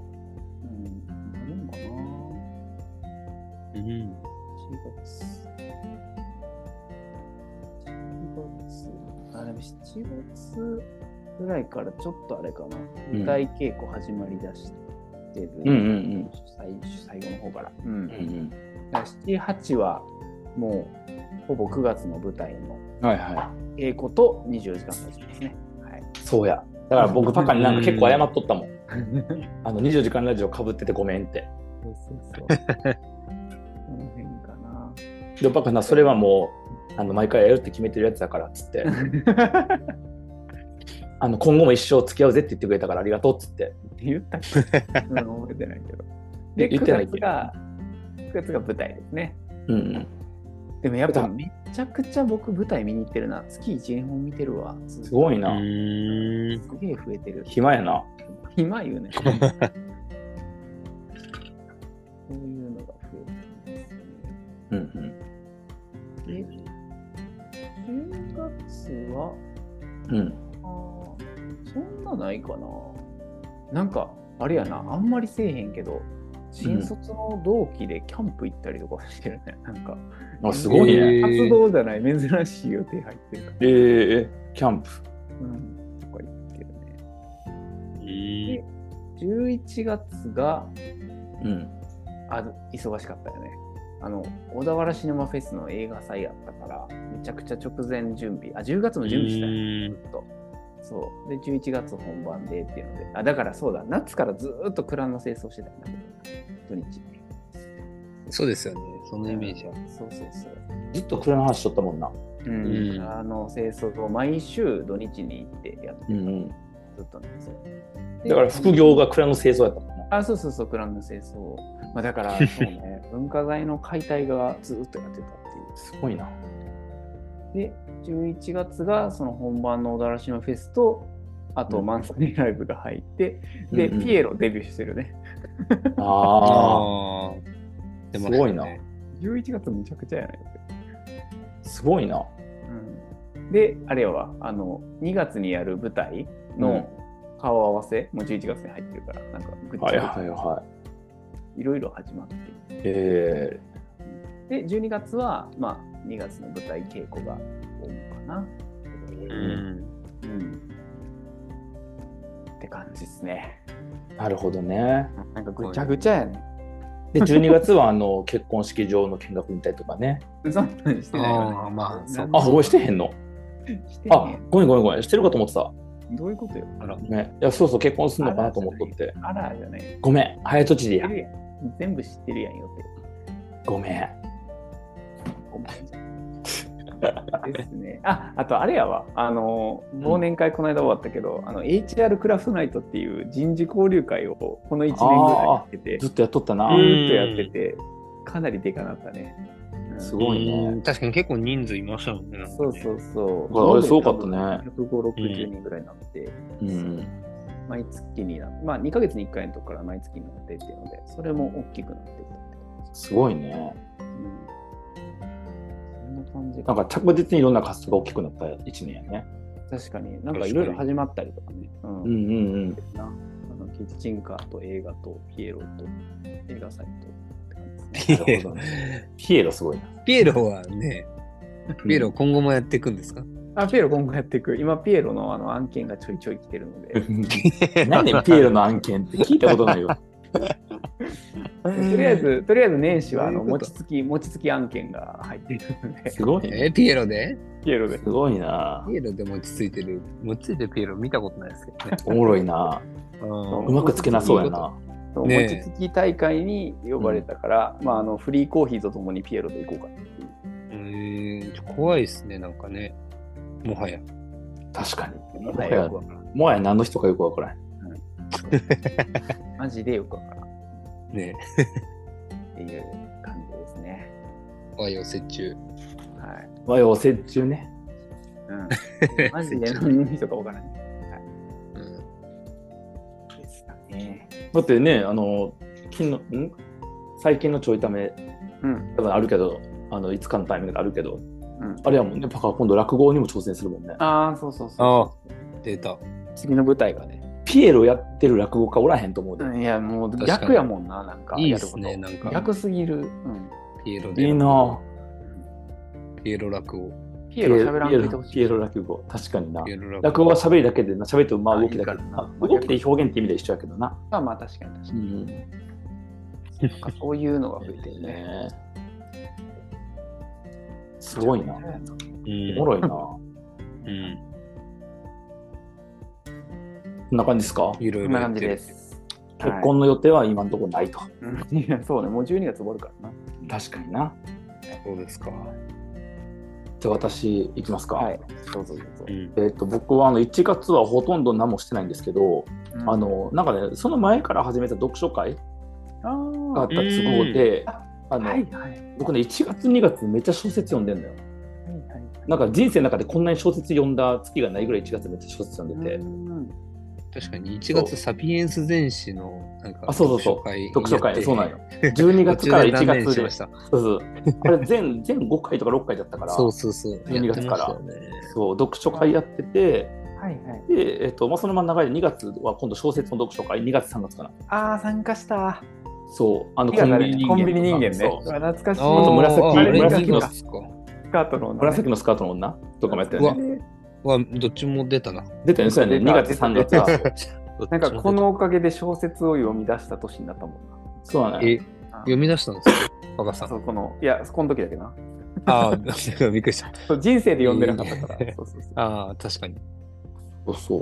かな。4月。でも7月ぐらいからちょっとあれかな、舞台稽古始まりだしてる、最後の方から。7、8はもうほぼ9月の舞台のはいは稽古と24時間ラジオですね。はい。 い。そうや。だから僕パカになんか結構謝っとったもん。24時間ラジオかぶっててごめんって。 そうこの辺かな。 でパカなそれはもう毎回やるって決めてるやつだからっつって。今後も一生付き合うぜって言ってくれたからありがとうっつって。 言ったっけ覚えてないけど。で、 言ってないっけ 9月が舞台ですね。 うん。 でもやっぱめちゃくちゃ僕舞台見に行ってるな。月1、2本見てるわ。 すごいな。 すげえ増えてる。 暇やな。 暇言うね。そういうのが増えてるんですね。 うんうん。 で、10月は、そんなないかな。なんか、あれやな、あんまりせえへんけど、新卒の同期でキャンプ行ったりとかしてるね。なんか、 すごいね。 活動じゃない珍しい予定入ってるから。 キャンプ。 とか言ってるね。で、11月が、忙しかったよね。小田原シネマフェスの映画祭やったから、めちゃくちゃ直前準備。10月も準備したよ、ずっと。そう。で、11月本番でっていうので。だからそうだ、夏からずっと蔵の清掃してたんだけど、土日。 そうですよね。そのイメージは。 そう。 ずっと蔵の話しとったもんな。 清掃を毎週土日に行ってやってた。ずっとね。 だから副業が蔵の清掃やったもんな。 そう、蔵の清掃。だから、そうね、文化財の解体がずっとやってたっていう。 すごいな。 で、11月がその本番の小田原市のフェスと、あとマンスリーライブが入って、で、ピエロデビューしてるね。 すごいな。 11月むちゃくちゃやないすごいな。 で、あれは、2月にやる舞台の顔合わせも11月に入ってるから、なんかぐっちゃぐちゃいろいろ始まってる。 で、12月は、2月の舞台稽古が多いかな。って感じですね。 なるほどね。 なんかぐちゃぐちゃやね。 で、12月は結婚式場の見学みたいとかね。 そんなにしてないよね。 これしてへんの？ごめん。してるかと思ってた。 どういうことよ。 いや、そう結婚するのかなと思っとって。 あらじゃない。 ごめん、早とちりや。 全部知ってるやんよって。 ごめん。 ですね。あとあれやわ。忘年会この間終わったけど、HR クラフトナイトっていう人事交流会をこの1年ぐらいやってて、 ずっとやっとったな。 ずっとやってて、かなりでかなったね。 すごいね。 確かに結構人数いましたもんね。 そう。 すごかったね。 150、60人ぐらいになって、毎月になって、2ヶ月に1回のとこから毎月になってっていうので、それも大きくなっていったって感じ。 すごいね。 感じなんか着実にいろんな活動が大きくなった1年やね。 確かに、なんかいろいろ始まったりとかね。キッチンカーと映画とピエロと映画祭とって感じですね。 ピエロすごいな。 ピエロはね、ピエロ今後もやっていくんですか？ ピエロ今後やっていく。今ピエロの案件がちょいちょい来てるので。 何でピエロの案件って聞いたことないよ。 とりあえず年始は餅つき案件が入っているので。 すごいね。 ピエロで？ ピエロで。 すごいな。 ピエロで餅ついてるピエロ見たことないですけどね。 おもろいな。うまくつけなそうやな。 餅つき大会に呼ばれたから、フリーコーヒーとともにピエロで行こうかっていう。怖いですね、なんかね。もはや。 確かに。もはや何の人かよくわからない。 マジでよくわからない。 ねっていう感じですね。 和洋折衷。 和洋折衷ね。 マジで何の人かわからない。ですかね。 だってね、最近のちょいため、多分あるけど、いつかのタイミングであるけど、あれやもんね、パカ今度落語にも挑戦するもんね。 そう出た。 次の舞台がね。 ピエロやってる落語家おらへんと思うで。 いや、もう逆やもんな、なんか。 いいですね、なんか。 逆すぎる。 ピエロで。いいな。 ピエロ落語。 ピエロ喋らんといてほしい。 ピエロ落語。確かにな。落語は喋りだけでな、喋ると動きだけどな。動きで表現って意味で一緒やけどな。 確かに。そういうのが増えてるね。 すごいな。おもろいな。こんな感じですか？ こんな感じです。 結婚の予定は今のところないと。 いや、そうね、もう12月終わるからな。 確かにな。 そうですか。 じゃあ私いきますか。 はい、どうぞどうぞ。 僕は1月はほとんど何もしてないんですけど、なんかね、その前から始めた読書会があった都合で、僕ね、1月2月めっちゃ小説読んでんだよ。なんか人生の中でこんなに小説読んだ月がないぐらい1月めっちゃ小説読んでて。 確かに1月サピエンス全史のなんか読書会、そうなんよ。12月から1月で。そうあれ全5回とか6回だったから、 そう 12月から、そう読書会やってて、で、そのまま長いで2月は今度小説の読書会、2月3月かな。 ああ、参加した。 そう、コンビニ人間ね。 懐かしい。 あと紫のスカートの女。 紫のスカートの女とかもやったよね。 どっちも出たな。 出たよね、そうやね。2月3月は。 なんかこのおかげで小説を読み出した年になったもんな。 そうだね。 読み出したんですか、若さん。 そう、この時だけな。 ああ、びっくりした。 人生で読んでなかったから。 ああ、確かに。 そう。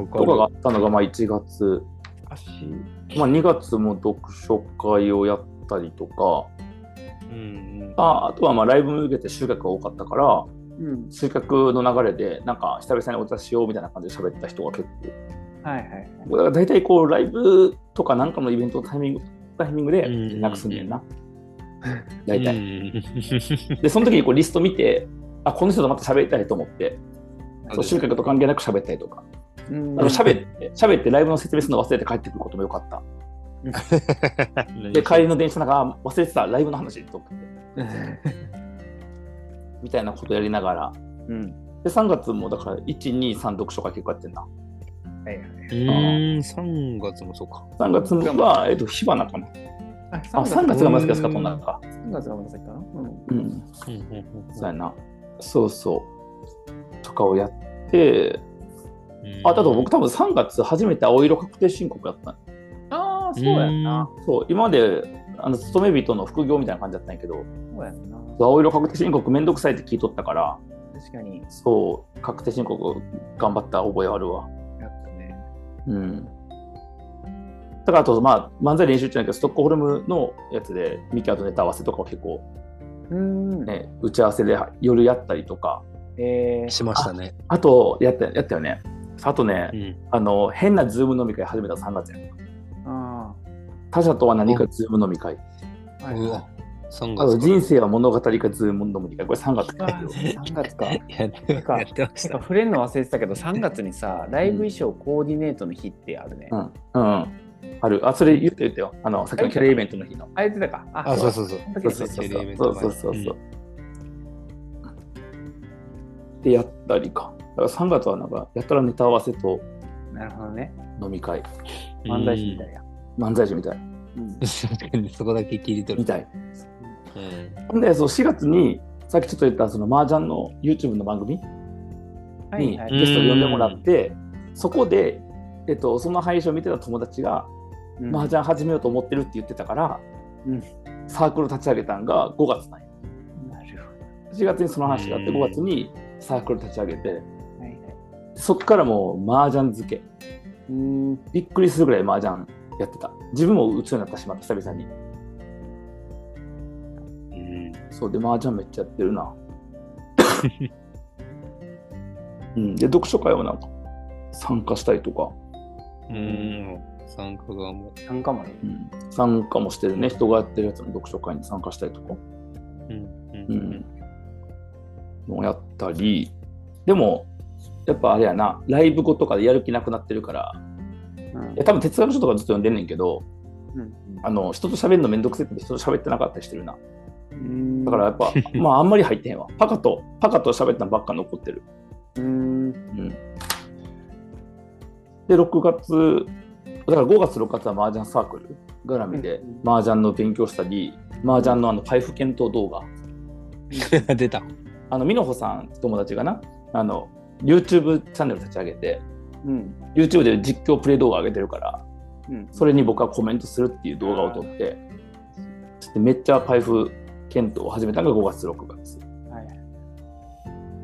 とかがあったのが1月。2月も読書会をやったりとか、あとはライブも受けて集客が多かったから、集客の流れでなんか久々にお茶しようみたいな感じで喋った人が結構。だから大体こうライブとかなんかのイベントのタイミングで連絡すんねんな。大体。で、その時にこうリスト見て、この人とまた喋りたいと思って、集客と関係なく喋ったりとか。喋ってライブの説明するの忘れて帰ってくることもよかった。で、帰りの電車なんか忘れてたライブの話と思って。みたいなことやりながら。で、3月もだから1、2、3読書会結構やってんな。 3月もそうか。 3月は、火花かな。3月が紫かとんなか。 3月が紫かな。 そうやな。そうそう。とかをやって、あと僕多分3月初めて青色確定申告やったああ、そうやんな。 そう、今まで勤め人の副業みたいな感じだったんやけど、 そうやんな。 青色確定申告めんどくさいって聞いとったから、 確かに。 そう、確定申告頑張った覚えあるわ。 やったね。 だからあと、漫才練習中なんだけど、ストックホルムのやつでミキアとネタ合わせとかを結構、打ち合わせで夜やったりとか。 しましたね。 あと、やったよね。あとね、変なズーム飲み会始めた3月やん。他者とは何かズーム飲み会。 3月人生は物語かズーム飲み会。これ3月か。 3月か。 やってました。 触れるの忘れてたけど、3月にさ、ライブ衣装コーディネートの日ってあるね。 ある。それ言ってよ。さっきのキャリーイベントの日の。 言ってたか。 そう。 でやったりか。だから3月はなんかやったらネタ合わせと飲み会。 漫才師みたいや。 漫才師みたい。 確かにそこだけ切り取る。 みたい。で、4月にさっきちょっと言ったその麻雀の YouTube の番組にゲストで呼んでもらって、そこで、その配信を見てた友達が麻雀始めようと思ってるって言ってたから、サークル立ち上げたんが5月なんや。4月にその話があって5月にサークル立ち上げて、そっからもう麻雀漬け。びっくりするぐらい麻雀やってた。自分も打つようになったしまった、久々に。そうで、麻雀めっちゃやってるな。で、読書会はなんか参加したりとか。 参加がも参加もね。 参加もしてるね。人がやってるやつの読書会に参加したりとか。もやったり。でも、やっぱあれやな、ライブ後とかでやる気なくなってるから、多分哲学書とかずっと読んでんねんけど、人と喋るのめんどくせえって人と喋ってなかったりしてるな。だからやっぱ、あんまり入ってへんわ。パカと喋ったのばっか残ってる。で、6月、だから5月、6月は麻雀サークル絡みで、麻雀の勉強したり、麻雀の配布検討動画。 出た。 美濃穂さん友達がな、YouTube チャンネル立ち上げて、YouTube で実況プレイ動画上げてるから、それに僕はコメントするっていう動画を撮って、めっちゃ配布検討を始めたのが5月、6月。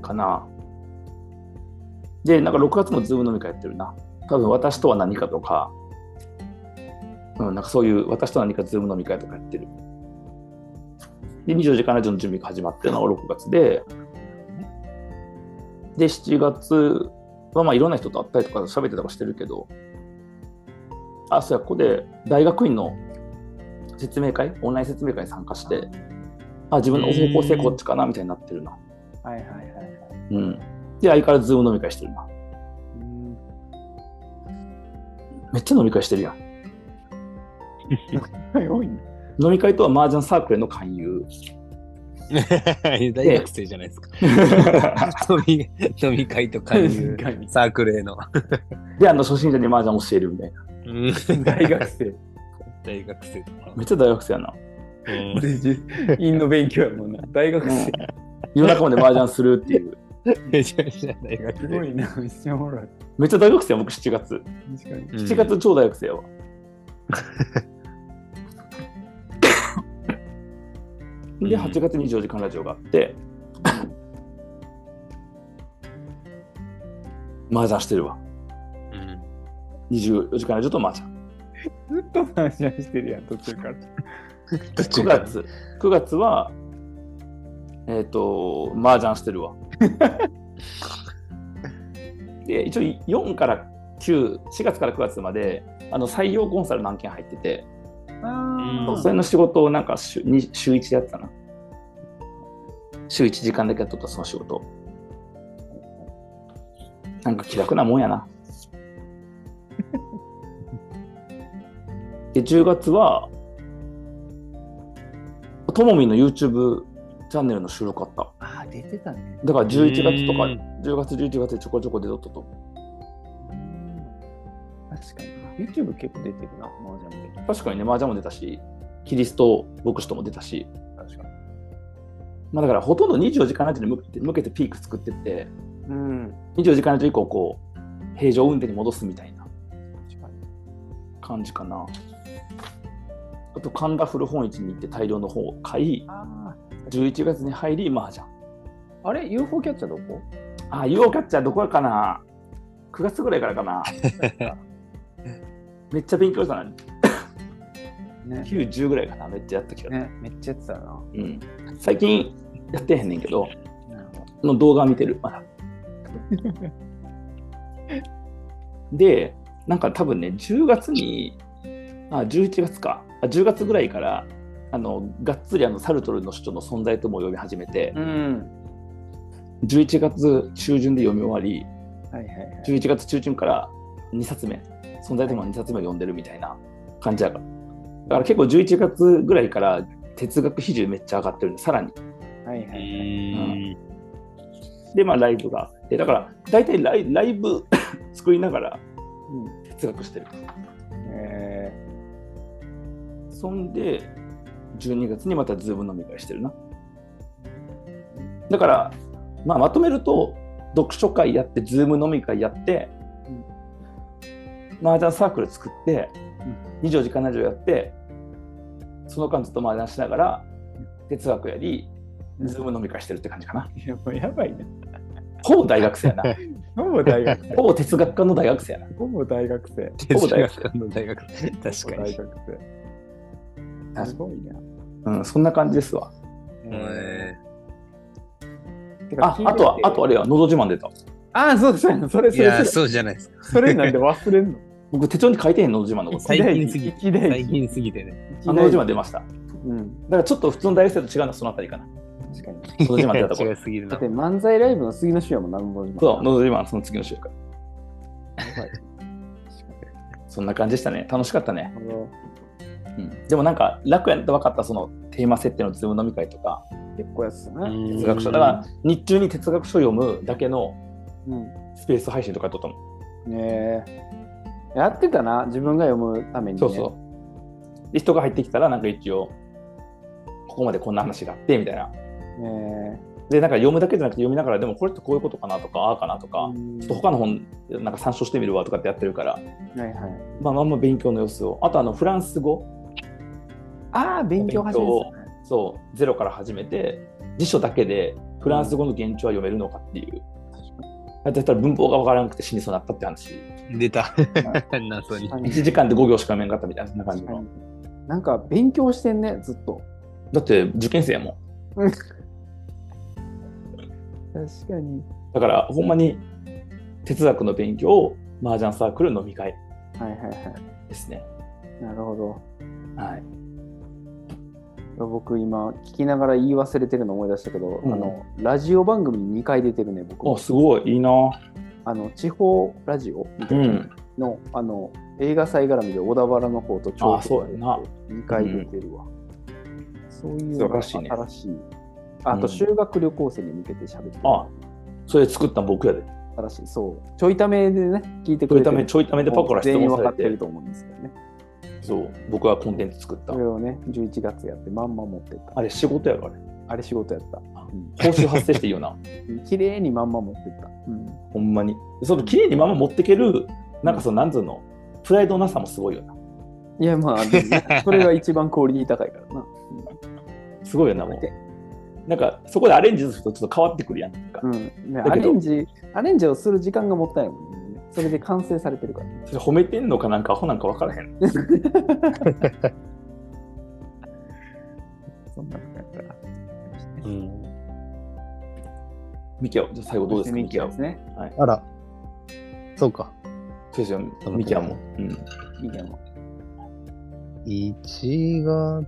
かな。で、なんか6月もズーム飲み会やってるな。多分私とは何かとか、なんかそういう私とは何かズーム飲み会とかやってる。で、24時間ラジオの準備が始まってるのが6月で、で、7月はまあいろんな人と会ったりとか喋ってたりしてるけど、そうや、ここで大学院の説明会、オンライン説明会に参加して、自分の方向性こっちかなみたいになってるな。 はいはいはい。 うん。で、相変わらずズーム飲み会してるな。めっちゃ飲み会してるやん。飲み会とは麻雀サークルへの勧誘。 大学生じゃないですか。飲み会と勧誘、サークルへの。 で、初心者に麻雀教えるみたいな。 大学生。 大学生とか。 めっちゃ大学生やな。 院の勉強やもんな。大学生。 夜中まで麻雀するっていう。 めちゃめちゃ大学生。 すごいな、めっちゃおもろい。 めっちゃ大学生や、僕7月。 確かに。 7月超大学生やわ。で、8月24時間ラジオがあって、麻雀してるわ。24時間ラジオと麻雀。 ずっと麻雀してるやん、途中から。 9月は、麻雀してるわ。で、一応4から9、4月から9月まで採用コンサル何件入ってて、それの仕事をなんか週1でやってたな。週1時間だけやっとった、その仕事。なんか気楽なもんやな。で、10月は、ともみんの YouTube チャンネルの収録あった。 出てたね。 だから11月とか、10月、11月でちょこちょこ出とったと。 確かに。YouTube 結構出てるな、麻雀で。 確かにね、麻雀も出たし、キリスト牧師とも出たし。 確かに。 だからほとんど24時間ラジオに向けてピーク作ってって、24時間ラジオ以降、こう、平常運転に戻すみたいな感じかな。あと、神田古本市に行って大量の本を買い、11月に入り、麻雀。 あれ ?UFO キャッチャーどこ ？UFO キャッチャーどこかな？ 9 月ぐらいからかな。めっちゃ勉強したな。9、10ぐらいかな。めっちゃやった気がする。 めっちゃやってたな。 最近やってへんねんけど、の動画見てる。まだ。で、なんか多分ね、10月に、11月か。10月ぐらいから、がっつりサルトルの主張の存在とも読み始めて、11月中旬で読み終わり、11月中旬から2冊目、存在とも2冊目を読んでるみたいな感じだから。だから結構11月ぐらいから哲学比重めっちゃ上がってるんで、さらに。で、ライブがあって、だから大体ライブ作りながら哲学してる。そんで、12月にまたズーム飲み会してるな。だから、まとめると、読書会やって、ズーム飲み会やって、麻雀サークル作って、24時間ラジオやって、その間ずっと麻雀しながら、哲学やり、ズーム飲み会してるって感じかな。 やばいね。 ほぼ大学生やな。 ほぼ大学生。 ほぼ哲学科の大学生やな。 ほぼ大学生。 ほぼ大学生の大学生。確かに。 大学生。すごいな。 そんな感じですわ。あとあれや、のど自慢出た。 そうですね。それ。 いや、そうじゃないですか。 それなんで忘れんの？ 僕、手帳に書いてへんのど自慢のこと。 最近すぎてね。 のど自慢出ました。だからちょっと普通の大学生と違うのはそのあたりかな。 確かに。 のど自慢出たところ。 違いすぎるな。 だって漫才ライブの次の週やもんな、のど自慢。 そう、のど自慢その次の週から。そんな感じでしたね。楽しかったね。でもなんか楽やって分かった、そのテーマ設定のズーム飲み会とか結構やつだね。 哲学書だから日中に哲学書読むだけのスペース配信とかやっとったもん。 やってたな、自分が読むために、ね。 で人が入ってきたらなんか一応ここまでこんな話があってみたいな。でなんか読むだけじゃなくて読みながらでもこれってこういうことかなとかああかなとかちょっと他の本なんか参照してみるわとかってやってるから、まあ勉強の様子をあとフランス語勉強始めてたね。 そうゼロから始めて辞書だけでフランス語の原著は読めるのかっていう。だってたら文法がわからなくて死にそうになったって話。 出た。謎に。 1時間で5行しか読めんかったみたいな、そんな感じの。 なんか勉強してんね、ずっと。 だって受験生やもん。 確かに。 だからほんまに哲学の勉強を麻雀サークル飲み会ですね。 なるほど。 はい。 僕今聞きながら言い忘れてるの思い出したけど、ラジオ番組に2回出てるね、僕。 すごいいいな。 地方ラジオみたいなの、映画祭絡みで小田原の方と京都で 2回出てるわ。そういうのが新しい。あと修学旅行生に向けて喋ってる。 それ作ったの僕やで。 新しい。そう。ちょいためでね、聞いてくれてる。 ちょいためでパコラ質問されて。 全員分かってると思うんですけどね。 そう。僕はコンテンツ作った。 それをね、11月やってまんま持ってった。 あれ仕事やろ、 あれ仕事やった。 報酬発生していいよな。 綺麗にまんま持ってった。 ほんまに。その綺麗にまんま持ってける、なんかその、なんつうの、プライドなさもすごいよな。 いや、まあ、それが一番クオリティ高いからな。 すごいよな、もう。なんか、そこでアレンジするとちょっと変わってくるやん。 アレンジをする時間がもったいないもんね。それで完成されてるから。 それ褒めてんのかなんかアホなんか分からへん。 そんなことやから。 ミキヤ、じゃあ最後どうですか、 ミキヤですね。 あら、そうか。 そうですよ、ミキヤも。 ミキヤも。 1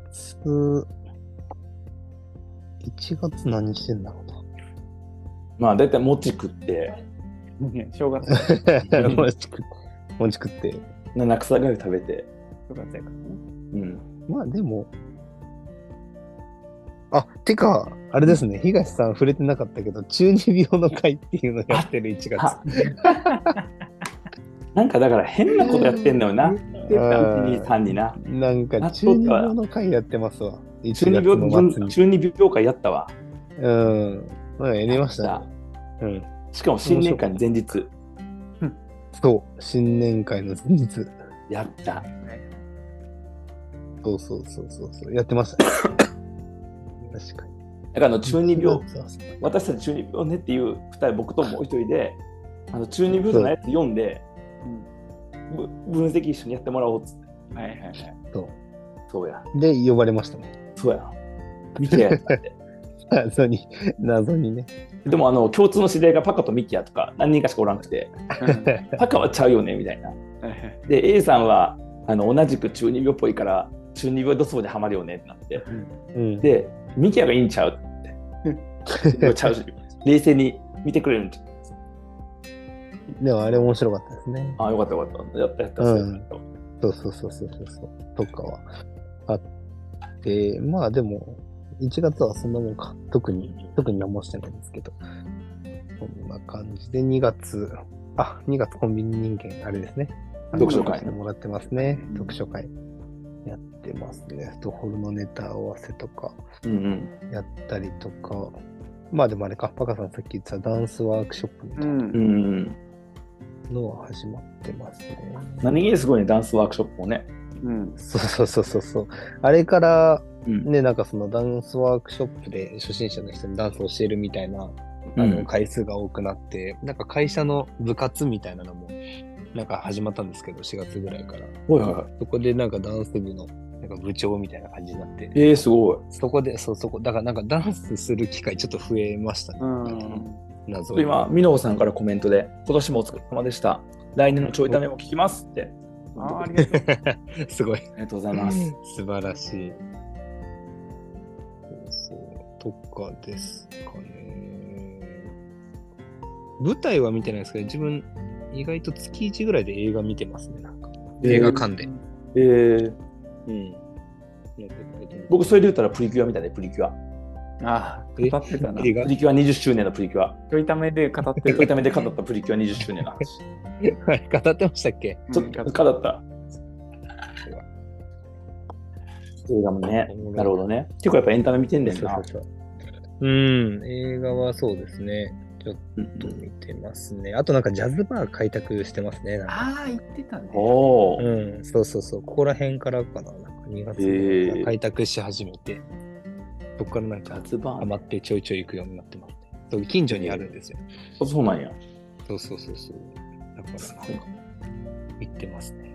月何してんだろうな。 まあ、だいたい餅食って、 正月。 餅食って。 七草がゆ食べて。 正月やからね。まあでも、てか、あれですね、東さん触れてなかったけど、中二病の会っていうのやってる1月。なんかだから変なことやってんのよな。1、2、3にな。 なんか中二病の会やってますわ。 中二病会やったわ。 やりましたね。しかも新年会の前日。 そう、新年会の前日。 やった。 そう、やってましたね。確かに。 だから中二病、私たち中二病ねっていう2人、僕ともう一人で、中二病のやつ読んで、分析一緒にやってもらおうっつって。そうや。 で、呼ばれましたね。 そうや。ミキヤやったって。 謎にね。 でも共通の知り合いがパカとミキヤとか何人かしかおらんくて、パカはちゃうよねみたいな。で、A さんは同じく中二病っぽいから中二病ドツボでハマるよねってなって、で、ミキヤがいいんちゃうって。ちゃうし、冷静に見てくれるんちゃう。 でもあれ面白かったですね。 よかった。やった。 そう。とかはあって、まあでも、1月はそんなもんか。特に何もしてないんですけど。こんな感じで2月コンビニ人間、あれですね。 読書会もらってますね。読書会やってますね。ストホルのネタ合わせとかやったりとか。まあでもあれか、パカさんさっき言ってたダンスワークショップみたいなのは始まってますね。 何気にすごいね、ダンスワークショップもね。 そう。あれからね、なんかそのダンスワークショップで初心者の人にダンスを教えるみたいな回数が多くなって、なんか会社の部活みたいなのもなんか始まったんですけど、4月ぐらいから。そこでなんかダンス部のなんか部長みたいな感じになって。 すごい。 そこで、だからなんかダンスする機会ちょっと増えましたね。 今、ミノーさんからコメントで、今年もお疲れ様でした。来年のちょいためも聞きますって。 ありがとう。すごい。 ありがとうございます。 素晴らしい。とかですかね。舞台は見てないですけど、自分意外と月1ぐらいで映画見てますね。なんか映画館で。 僕それで言ったらプリキュアみたいで、プリキュア。 語ってたな。 プリキュア20周年のプリキュア。 ちょいためで語ったプリキュア20周年の話。 語ってましたっけ？ ちょっと語った。映画もね。なるほどね。結構やっぱエンタメ見てんだよな。 映画はそうですね。ちょっと見てますね。あとなんかジャズバー開拓してますね。 言ってたね。 そう。ここら辺からかな。なんか2月開拓し始めて、そこからなんかハマってちょいちょい行くようになってますね。 そう近所にあるんですよ。 あ、そうなんや。 そうそうそうそう。だからなんか行ってますね。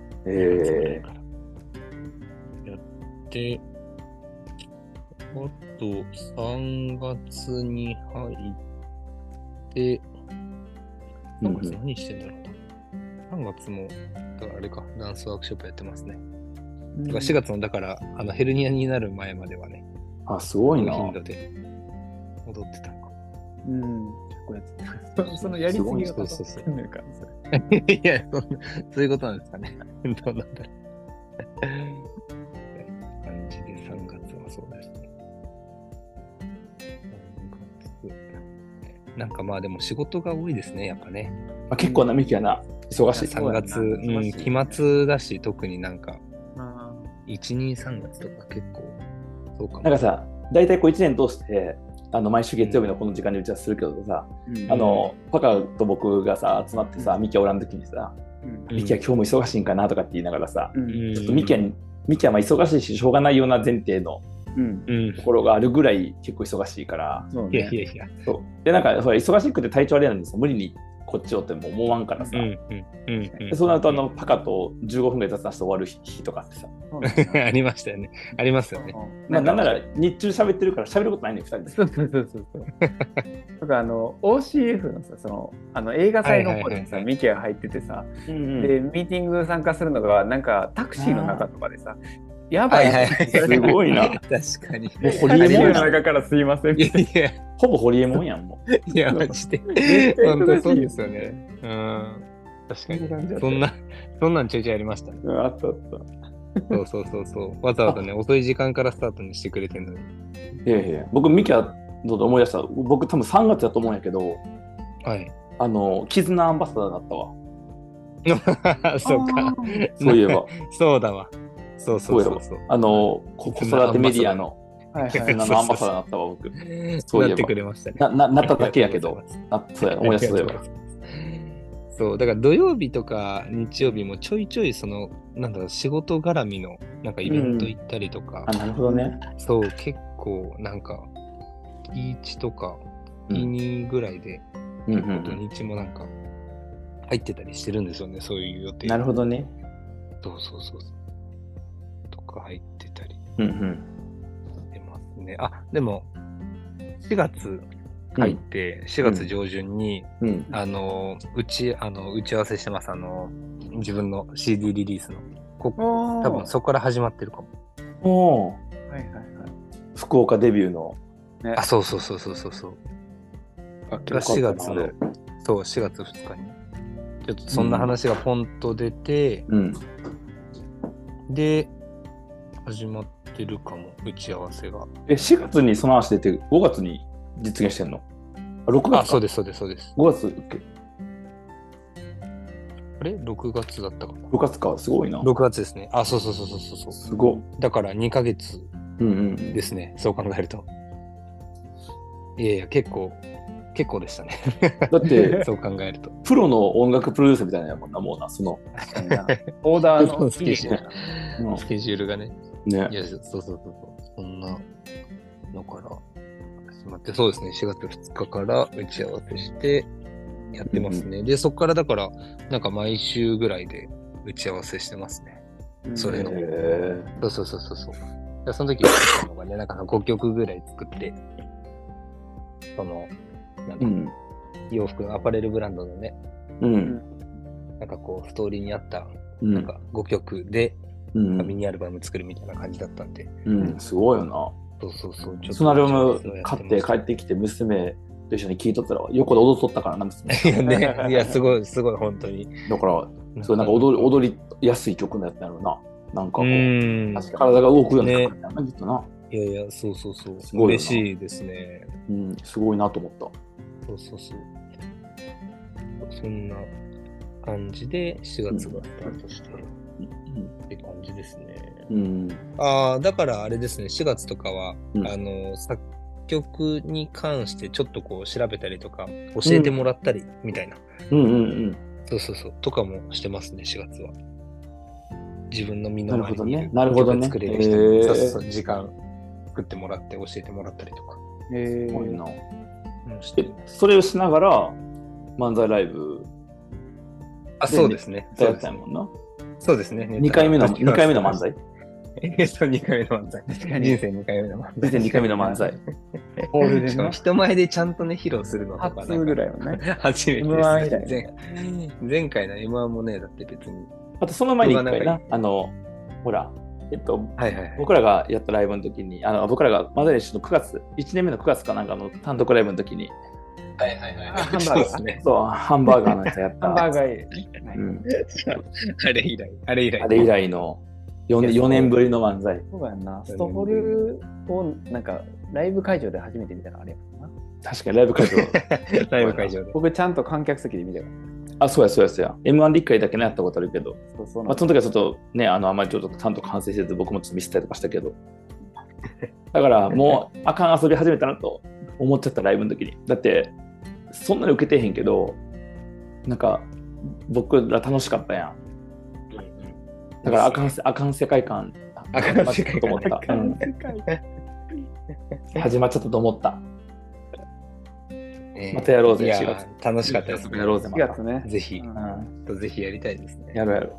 やってあと3月に入って3月何してんだろうな。3月もだからあれかダンスワークショップやってますね。だから4月のだからヘルニアになる前まではね。 あ、すごいな。 頻度で踊ってたのか。 これそのやりすぎがそうるか。 いやそういうことなんですかね。どうなんだろう。感じで3月はそうですね。なんかまあでも仕事が多いですね、やっぱね。 まあ、結構なミキやな。忙しい。 3月、期末だし、特になんか、1、2、3月とか結構、そうかも。 なんかさ、大体こう1年通して、毎週月曜日のこの時間に打ち合わせするけどさ、パカと僕がさ、集まってさ、ミキヤおらん時にさ、ミキヤ今日も忙しいんかなとかって言いながらさ、ちょっとミキヤまあ忙しいし、しょうがないような前提のところがあるぐらい結構忙しいから、 いや。 そうで、なんか忙しくて体調悪いなんですよ。無理にこっちをっても思わんからさ。でそうなるとパカと15分ぐらい雑談して終わる日とかってさ。 ありましたよね。ありますよね。 なんなら日中喋ってるから喋ることないね、2人で。 そう。とかOCF のさ、映画祭の方でさ、ミキが入っててさ、で、ミーティング参加するのが、なんかタクシーの中とかでさ、やばい、 すごいな。 確かに。 もうホリエモンの中からすいません。 ほぼホリエモンやん、もう。 いや、マジで。本当そうですよね。確かに。そんなんちょいちょいありましたね。 あった。 そう。わざわざね、遅い時間からスタートにしてくれてるのに。 いや、僕、ミキはどうぞ思い出した。僕、多分3月だと思うんやけど、 はい。 絆アンバサダーだったわ。 そうか。 そういえば。 そうだわ。そう。 子育てメディアの絆のアンバサダーだったわ、僕。 そうなってくれましたね。 なっただけやけど、そうや、思い出した。 そう、だから土曜日とか日曜日もちょいちょいなんだろう、仕事絡みのなんかイベント行ったりとか。 なるほどね。 そう、結構なんか、月1とか月2ぐらいで、土日もなんか入ってたりしてるんですよね、そういう予定。 なるほどね。 そう。とか入ってたりしてますね。でも、4月入って、4月上旬に、打ち合わせしてます。自分の CD リリースの。多分そこから始まってるかも。 福岡デビューの。 そう。4月の、4月2日に。ちょっとそんな話がポンと出て、で、始まってるかも、打ち合わせが。 4月にその話出て、5月に実現してんの？6月？ そうです。 5月あれ ?6 月だったかな。 6月か、すごいな。 6月ですね。そう。 すごい。 だから2ヶ月ですね、そう考えると。いや、結構でしたね。 だって、 そう考えると。 プロの音楽プロデューサーみたいなもんな、もうな、 オーダーのスケジュールがね。 ね。 いや、そう。そんなのから始まって、そうですね、4月2日から打ち合わせしてやってますね。で、そこからだから、なんか毎週ぐらいで打ち合わせしてますね。それの。そう。その時作ったのがね、なんか5曲ぐらい作って、洋服のアパレルブランドのね、なんかこう、ストーリーにあった、なんか5曲で、ミニアルバム作るみたいな感じだったんで。 すごいよな。 そう。 そのアルバム買って帰ってきて、娘と一緒に聴いとったら、横で踊っとったからな、娘。 いや、すごい、本当に。 だから、そうなんか踊りやすい曲のやつなのな。なんかこう、体が動くような曲なんだきっとな。 いや、そう。嬉しいですね。 すごいなと思った。 そう。そんな感じで4月がスタートして、って感じですね。だからあれですね、4月とかは、作曲に関してちょっとこう調べたりとか、教えてもらったりみたいな。そう。とかもしてますね、4月は。自分の身の回りにいる曲作れる人に、時間作ってもらって教えてもらったりとか。 すごいな。 それをしながら漫才ライブそうですね。 やったんやもんな。 そうですね。 2回目の漫才。 2回目の漫才。人生2回目の漫才。 人生2回目の漫才。 ホールでね。 人前でちゃんとね、披露するのとか。 初ぐらいよね。 初めてです。前回の M1 もね、だって別に。 あとその前に1回な、ほら、僕らがやったライブの時に、僕らが漫才練習の9月、1年目の9月かなんかの単独ライブの時に、 ハンバーガーね。 そう、ハンバーガーのやつやった。 ハンバーガーあれ以来の4年ぶりの漫才。 そうやんな。ストホルをなんかライブ会場で初めて見たのあれやもんな。 確かにライブ会場。 ライブ会場で。 僕ちゃんと観客席で見たから。 そうや。M1 で1回だけねやったことあるけど、その時はちょっとね、あんまりちょっとちゃんと完成せず、僕もちょっとミスったりとかしたけど。だからもう、あかん遊び始めたなと思っちゃったライブの時に。だって、そんなに受けてへんけど、なんか、僕ら楽しかったやん。だからあかん世界観、と思った。始まっちゃったと思った。またやろうぜ、4月。 楽しかったです。 やろうぜ、 4月ね。 ぜひやりたいですね。 やろう。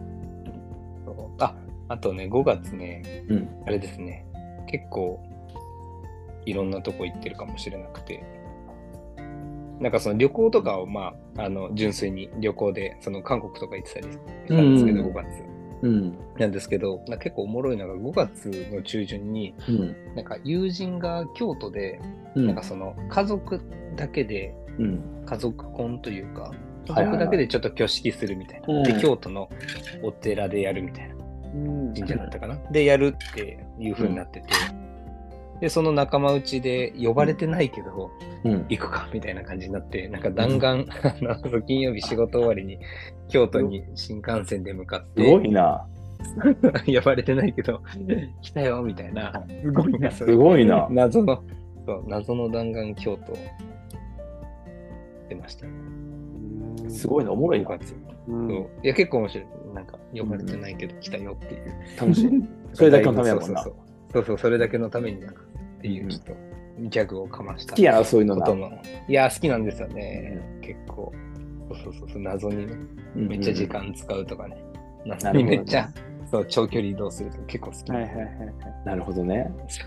あとね、5月ね、あれですね、結構いろんなとこ行ってるかもしれなくて、なんかその旅行とかを純粋に旅行でその韓国とか行ってたりしたんですけど、5月。なんですけど、結構おもろいのが5月の中旬に、なんか友人が京都で、なんかその家族だけで、家族婚というか、家族だけでちょっと挙式するみたいな。で、京都のお寺でやるみたいな。神社だったかな。で、やるっていう風になってて、で、その仲間内で呼ばれてないけど、行くかみたいな感じになって、なんか弾丸、金曜日仕事終わりに京都に新幹線で向かって、 すごいな。 呼ばれてないけど、来たよみたいな。 すごいな。 謎の弾丸京都出ました。 すごいな、おもろいな。 いや、結構面白い。なんか呼ばれてないけど来たよっていう。 楽しい。それだけのためやもんな。 そう、それだけのためになんかっていうちょっとギャグをかました。 好きやな、そういうのな。 いや、好きなんですよね。結構。そう、謎にね。めっちゃ時間使うとかね。謎にめっちゃ長距離移動すると結構好き。 なるほどね。 そう。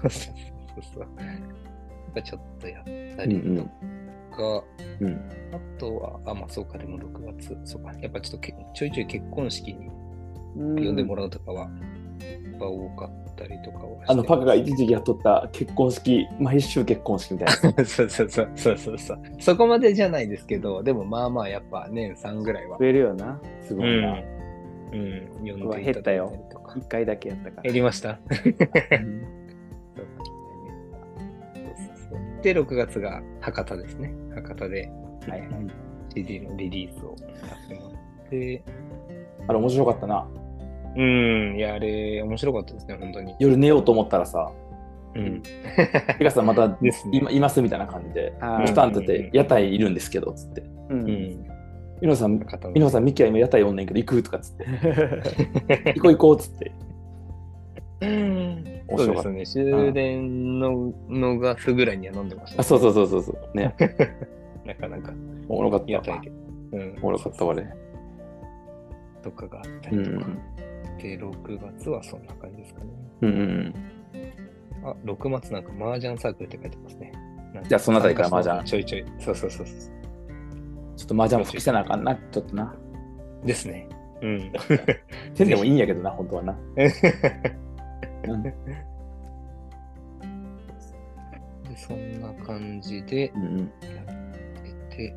ちょっとやったりとか、あとは、そうか、でも6月、そうか、やっぱちょっとちょいちょい結婚式に呼んでもらうとかは、多かったりとかはパカが一時期やっとった結婚式、毎週結婚式みたいな。 そう。そこまでじゃないですけど、でもやっぱ年3ぐらいは。 増えるよな。 すごいな。 呼んでいただいたりとか。 減ったよ。1回だけやったから。 減りました。で、6月が博多ですね。博多で、CD のリリースをやってもらって。 あれ面白かったな。 いや、あれ面白かったですね、本当に。 夜寝ようと思ったらさ、ピカさんまたいますみたいな感じで、スタントって屋台いるんですけど、つって。ミノさん、ミキは今屋台おんねんけど行くとかつって。行こうつって。 そうですね。終電のガスぐらいには飲んでました。 そう。ね。 なかなか。 おもろかった。 屋台で。 おもろかったわね。 とかがあったりとか。で、6月はそんな感じですかね。6月なんか麻雀サークルって書いてますね。 じゃあそのあたりから麻雀。 ちょいちょい。そう。ちょっと麻雀も吹きせなあかんな、ちょっとな。 ですね。 せんでもいいんやけどな、本当はな。 そんな感じでやってて、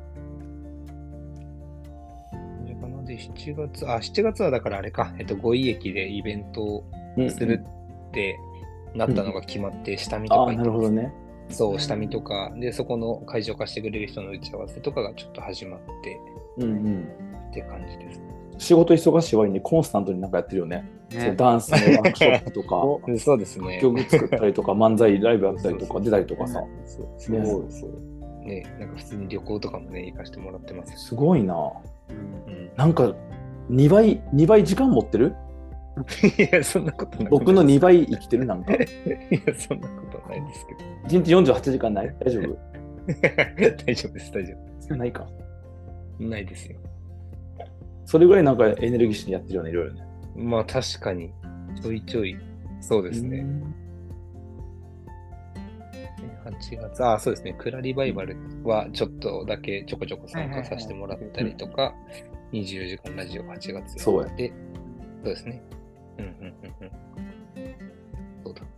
で7月はだからあれか、五井駅でイベントをするってなったのが決まって、下見とか行ってます。 なるほどね。 そう、下見とかで、そこの会場化してくれる人の打ち合わせとかがちょっと始まって、って感じです。 仕事忙しい割にコンスタントになんかやってるよね。ダンスのワークショップとか、 そうですね。 曲作ったりとか、漫才ライブやったりとか、出たりとかさ。 そうね、なんか普通に旅行とかもね、行かせてもらってます。 すごいな。なんか2倍時間持ってる？ いや、そんなことない。 僕の2倍生きてるなんか。 いや、そんなことないですけど。 1日48時間ない？大丈夫？ 大丈夫です、大丈夫です。 ないか。 ないですよ。 それぐらいなんかエネルギッシュにやってるよね、いろいろね。 まあ確かに、ちょいちょい、そうですね。8月、そうですね、クラリバイバルはちょっとだけちょこちょこ参加させてもらったりとか、24時間ラジオ8月やって、そうですね。そうだ。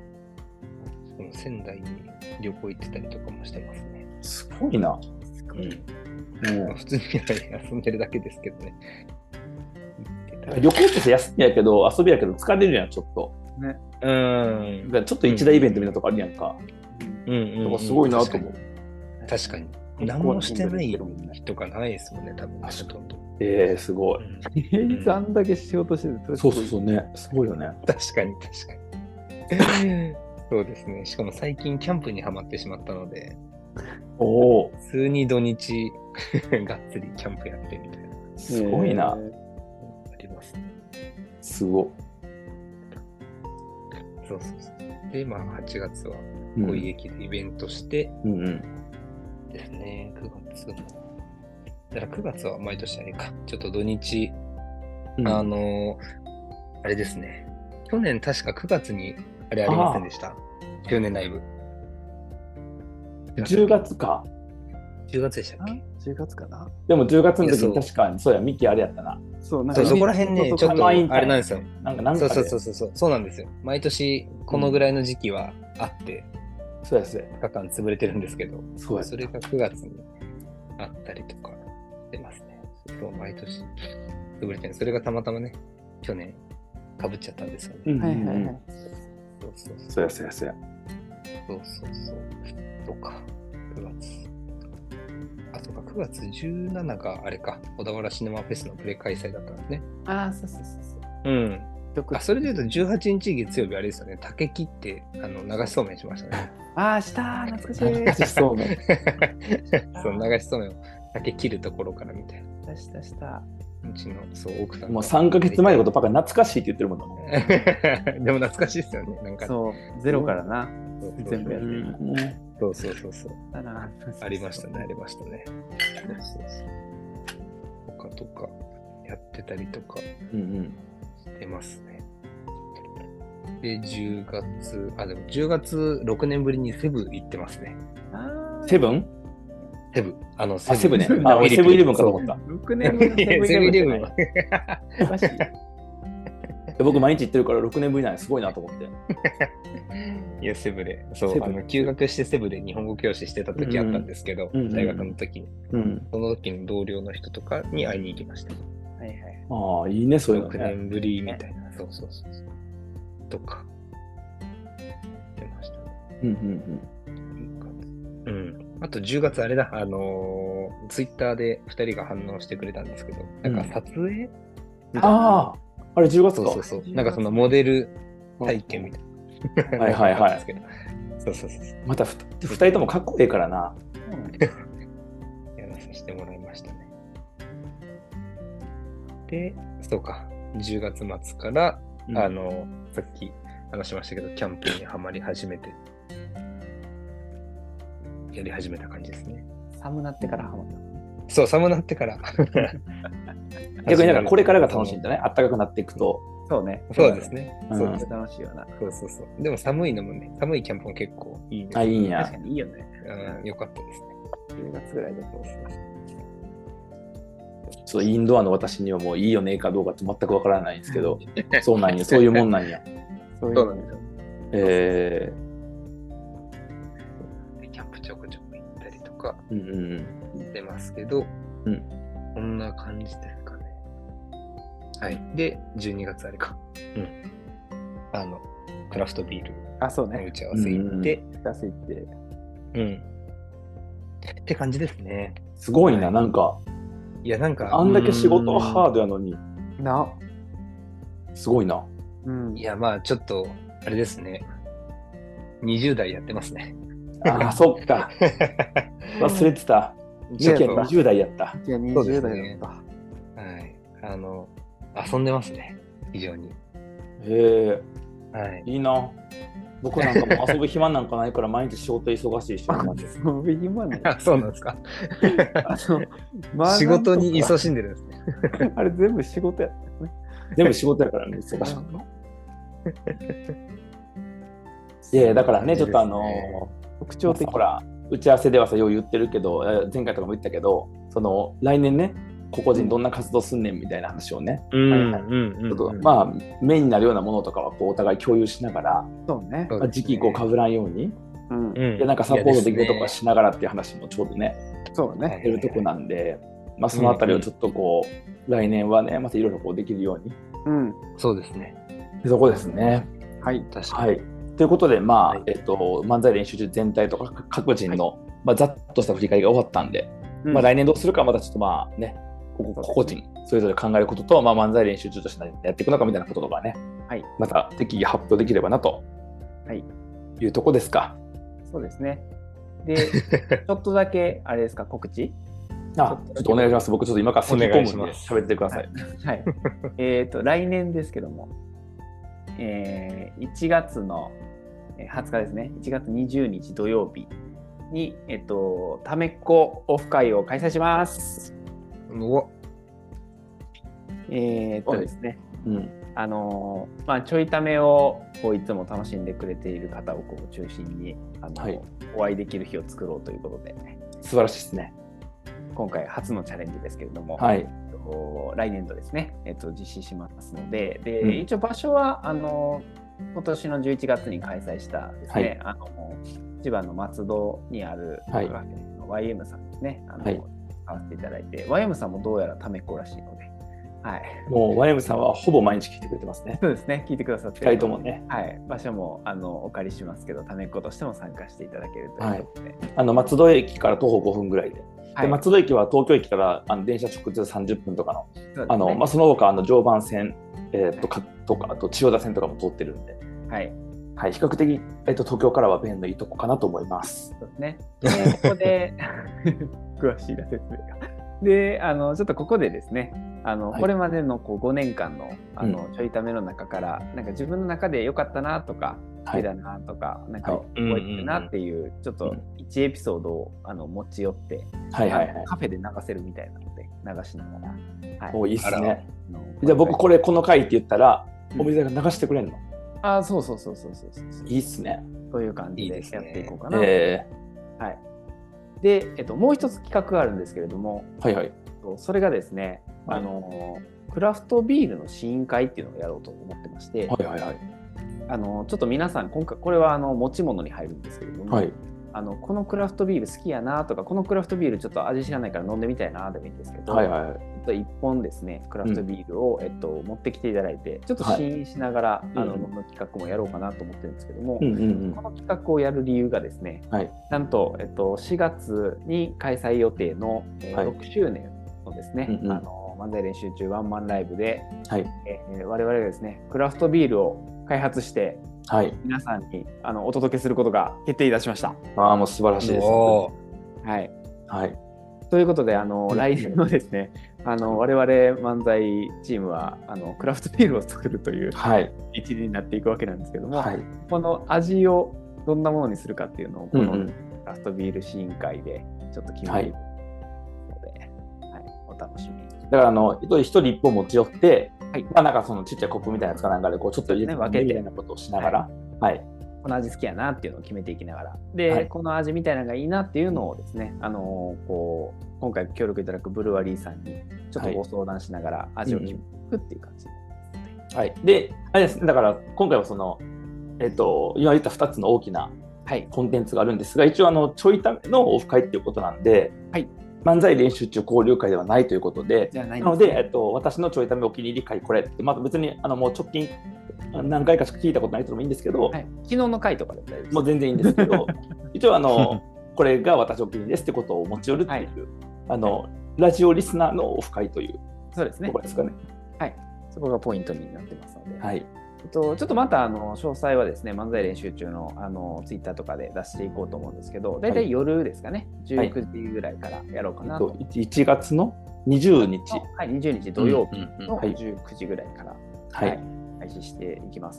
仙台に旅行行ってたりとかもしてますね。 すごいな。 普通に遊んでるだけですけどね。 旅行って休みやけど、遊びやけど疲れるやん、ちょっと。 ね。 ちょっと一大イベントみたいなとこあるやんか。すごいなと思う。 確かに。何もしてない人がないですもんね、多分。ほとんど。 すごい。 平日あんだけ仕事してる。 そうね。すごいよね。 確かに。そうですね。しかも最近キャンプにはまってしまったので、普通に土日がっつりキャンプやってみたいな。 すごいな。 ありますね。 すごい。 そう。で、8月は小井駅でイベントしてですね、9月。だから9月は毎年あれか、ちょっと土日、あれですね。去年確か9月にあれありませんでした。周年ライブ。 10月か。 10月でしたっけ ?10 月かな。 でも10月の時に確かに、そうや、ミキあれやったな。 そこら辺ね、ちょっとあれなんですよ。そうなんですよ。毎年このぐらいの時期はあって、 そうや 2日間潰れてるんですけど、それが9月にあったりとかしてますね。そう毎年潰れてる。それがたまたまね、去年かぶっちゃったんですよね。 そうや。 そう。とか、9月。そうか、9月17があれか、小田原シネマフェスのプレ開催だったんですね。 そう。 それで言うと18日月曜日あれですよね、竹切って流しそうめんしましたね。 した懐かしい。流しそうめん。 そう、流しそうめんを竹切るところからみたいな。 した。 うちの奥さん。 もう3ヶ月前のことばかり懐かしいって言ってるもんだもん。 でも懐かしいですよね。なんかそう、ゼロからな。全部やってる。 そう。ありましたね。とかやってたりとかしてますね。で、10月、でも10月6年ぶりにセブ行ってますね。 セブンセブ。 セブね。俺セブンイレブンかと思った。 6年ぶりにセブンイレブンは。 僕毎日行ってるから6年ぶりなんですごいなと思って。 いや、セブで。そう、休学してセブで日本語教師してた時あったんですけど、大学の時に。その時の同僚の人とかに会いに行きました。 いいね、そういうのね。 6年ぶりみたいな。そう。とか。出ましたね。あと10月あれだ、ツイッターで2人が反応してくれたんですけど、なんか撮影あれ10月か。 そう。なんかそのモデル体験みたいな。 はい。 そう。 また2人ともかっこいいからな。 やらさせてもらいましたね。で、そうか、10月末から、さっき話しましたけど、キャンプにはまり始めて、やり始めた感じですね。 寒なってからハマった。 そう、寒なってから。 逆にだからこれからが楽しいんだね。暖かくなっていくと。 そうね。 そうですね。 そうです。楽しいよな。 そう。でも寒いのもね、寒いキャンプも結構いいね。 いいんや。 確かにいいよね。 よかったですね。 10月ぐらいでそう。インドアの私にはもういいよねかどうかって全くわからないんですけど、そうなんや、そういうもんなんや。 そうなんですよ。キャンプちょこちょこ行ったりとかしてますけど、こんな感じですかね。はい。で、12月あれか。クラフトビールの打ち合わせ行って、って感じですね。 すごいな、なんか。 いや、なんか。 あんだけ仕事はハードやのに。すごいな。 いや、まあ、ちょっと、あれですね。20代やってますね。 そっか。忘れてた。20代やった。 20代やった。 はい。遊んでますね。非常に。 へえ。いいな。 僕なんかもう遊ぶ暇なんかないから毎日仕事忙しいしなんです。 遊ぶ暇ない。 そうなんですか。仕事に勤しんでるんですね。 あれ全部仕事やったんですね。 全部仕事やからね、忙しい。いやいや、だからね、ちょっと特徴的。 ほら、打ち合わせではさ、よう言ってるけど、前回とかも言ったけど、来年ね、個々人どんな活動すんねんみたいな話をね、まあ、メインになるようなものとかはこうお互い共有しながら、 そうね、 まあ、時期こう被らんように、でなんかサポートできるとこはしながらっていう話もちょうどね、 そうね、 やるとこなんで、まあ、そのあたりをちょっとこう、来年はね、またいろいろこうできるように。 そうですね。 そこですね。 はい、 確かに。 ということで、まあ漫才練習中全体とか各人の、まあ、ざっとした振り返りが終わったんで、まあ、来年どうするかまたちょっとまあね、個々人それぞれ考えることと、まあ、漫才練習中としてやっていくのかみたいなこととかね、また適宜発表できればなというとこですか。 そうですね。で、ちょっとだけあれですか、告知？ ちょっとお願いします。僕ちょっと今から咳込むんで喋ってください。 はい。来年ですけども、1月の20日ですね、1月20日土曜日に、ためっこオフ会を開催します。ですね、まあ、ちょいためをこういつも楽しんでくれている方をこう中心にお会いできる日を作ろうということで、 素晴らしいですね。 今回初のチャレンジですけれども、来年度ですね、実施しますので、一応場所は今年の11月に開催したですね、千葉の松戸にあるカフェの YM さんですね、使わせていただいて、YM さんもどうやらためっこらしいので、 もう YM さんはほぼ毎日聞いてくれてますね。 そうですね、聞いてくださって、 2人ともね、 場所もお借りしますけど、ためっことしても参加していただけるということで、 松戸駅から徒歩5分ぐらいで。松戸駅は東京駅から電車直通30分とかの、まあ、その他常磐線、とかあと千代田線とかも通ってるんで、比較的、東京からは便のいいとこかなと思います。 そうですね。ここで詳しいな説明が。で、ちょっとここでですね、これまでのこう5年間のちょいための中から、なんか自分の中で良かったなとか、好きだなとか、なんか覚えてるなっていう、ちょっと1エピソードを持ち寄って、カフェで流せるみたいなので流しながら。いいっすね。じゃあ僕この回って言ったら、お店が流してくれんの？ そう。 いいっすね。 という感じでやっていこうかな。で、もう一つ企画があるんですけれども、それがですね、クラフトビールの試飲会っていうのをやろうと思ってまして、ちょっと皆さん今回これは持ち物に入るんですけれども、このクラフトビール好きやなとか、このクラフトビールちょっと味知らないから飲んでみたいなでもいいんですけど、1本ですねクラフトビールを、持ってきていただいて、ちょっと試飲しながら、飲む企画もやろうかなと思ってるんですけども、この企画をやる理由がですね、なんと、4月に開催予定の、6周年のですね、漫才練習中ワンマンライブで、我々がですねクラフトビールを開発して、皆さんにお届けすることが決定いたしました。 もう素晴らしいです。 ということで来年のですね我々漫才チームはクラフトビールを作るという一理になっていくわけなんですけども、この味をどんなものにするかっていうのをこのクラフトビール試飲会でちょっと決めていくので、お楽しみに。 だから一人一本持ち寄って、まあなんかそのちっちゃいコップみたいなやつかなんかでこうちょっと入れて分けてみたいなことをしながら、 この味好きやなっていうのを決めていきながら、で、この味みたいなのがいいなっていうのをですね、こう今回協力いただくブルワリーさんにちょっとご相談しながら味を決めていくっていう感じで、あれですね、だから今回はその今言った2つの大きなコンテンツがあるんですが、一応ちょいためのオフ会っていうことなんで、漫才練習中交流会ではないということで、なので、私のちょいためお気に入り会これって、まあ、別にもう直近何回かしか聞いたことない人でもいいんですけど、 昨日の回とかで大丈夫です。 もう全然いいんですけど、一応これが私お気に入りですってことを持ち寄るっていう、ラジオリスナーのオフ会というそうですね。 ところですかね。 そこがポイントになってますので。ちょっとまた詳細はですね、漫才練習中のツイッターとかで出していこうと思うんですけど、だいたい夜ですかね、19時ぐらいからやろうかなと。 1月の20日。 20日土曜日の19時ぐらいから開始していきますので、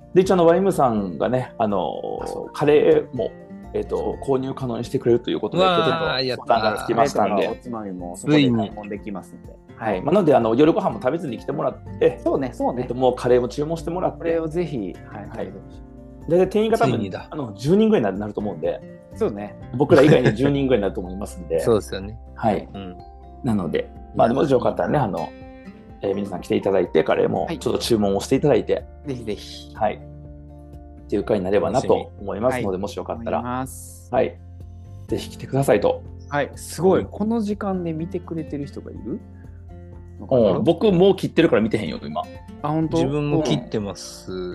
で、一応ワイムさんがね、カレーも、購入可能にしてくれるということで、ちょっと相談がつきましたんで、 おつまみもそこで買い物できますので。 はい。なので、夜ご飯も食べずに来てもらって、 そうね。 もうカレーも注文してもらって、 これをぜひ、はい。 で、店員が多分10人ぐらいになると思うんで、 そうね。 僕ら以外に10人ぐらいになると思いますんで、 そうですよね。 はい。なので、もしよかったらね、皆さん来ていただいて、カレーもちょっと注文をしていただいて、 ぜひぜひ。 はい。っていう回になればなと思いますので、もしよかったら、はい。ぜひ来てくださいと。 はい。すごい。この時間で見てくれてる人がいる？ 僕もう切ってるから見てへんよ、今。 本当？ 自分も切ってます。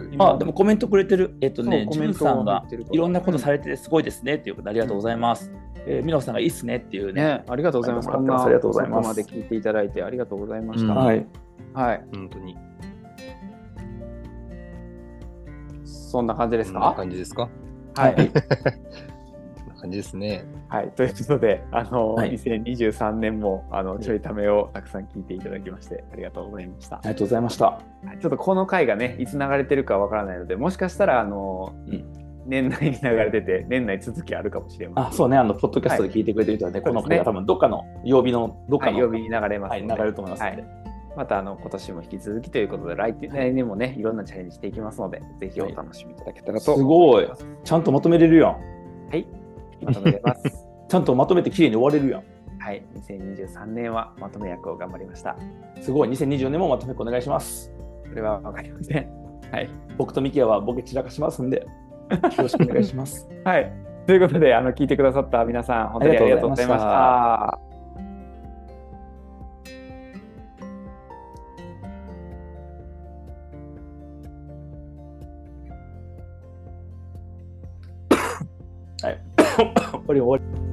でもコメントくれてる。ジュンさんがいろんなことされててすごいですねっていうことでありがとうございます。ミノさんがいいっすねっていうね。 ありがとうございます。 ありがとうございます。 ここまで聞いていただいてありがとうございました。 はい。 本当に。 そんな感じですか？ こんな感じですか？ はい。 感じですね。 はい、ということで、2023年もちょいためをたくさん聞いていただきましてありがとうございました。 ありがとうございました。 ちょっとこの回がねいつ流れてるかわからないので、もしかしたら年内に流れてて年内続きあるかもしれません。 そうね、ポッドキャストで聞いてくれてる人はね、この回が多分どっかの曜日のどっかの曜日に流れますので、 流れると思いますので。 また今年も引き続きということで、来年もねいろんなチャレンジしていきますので、ぜひお楽しみいただけたらと思います。 すごい。ちゃんとまとめれるやん。 はい。まとめてます。 ちゃんとまとめてきれいに終われるやん。 はい。2023年はまとめ役を頑張りました。 すごい。2024年もまとめ役お願いします。 それはわかりません。はい。 僕とミキヤはボケ散らかしますんで、よろしくお願いします。 はい。ということで、聞いてくださった皆さん、本当にありがとうございました。はい。終わり。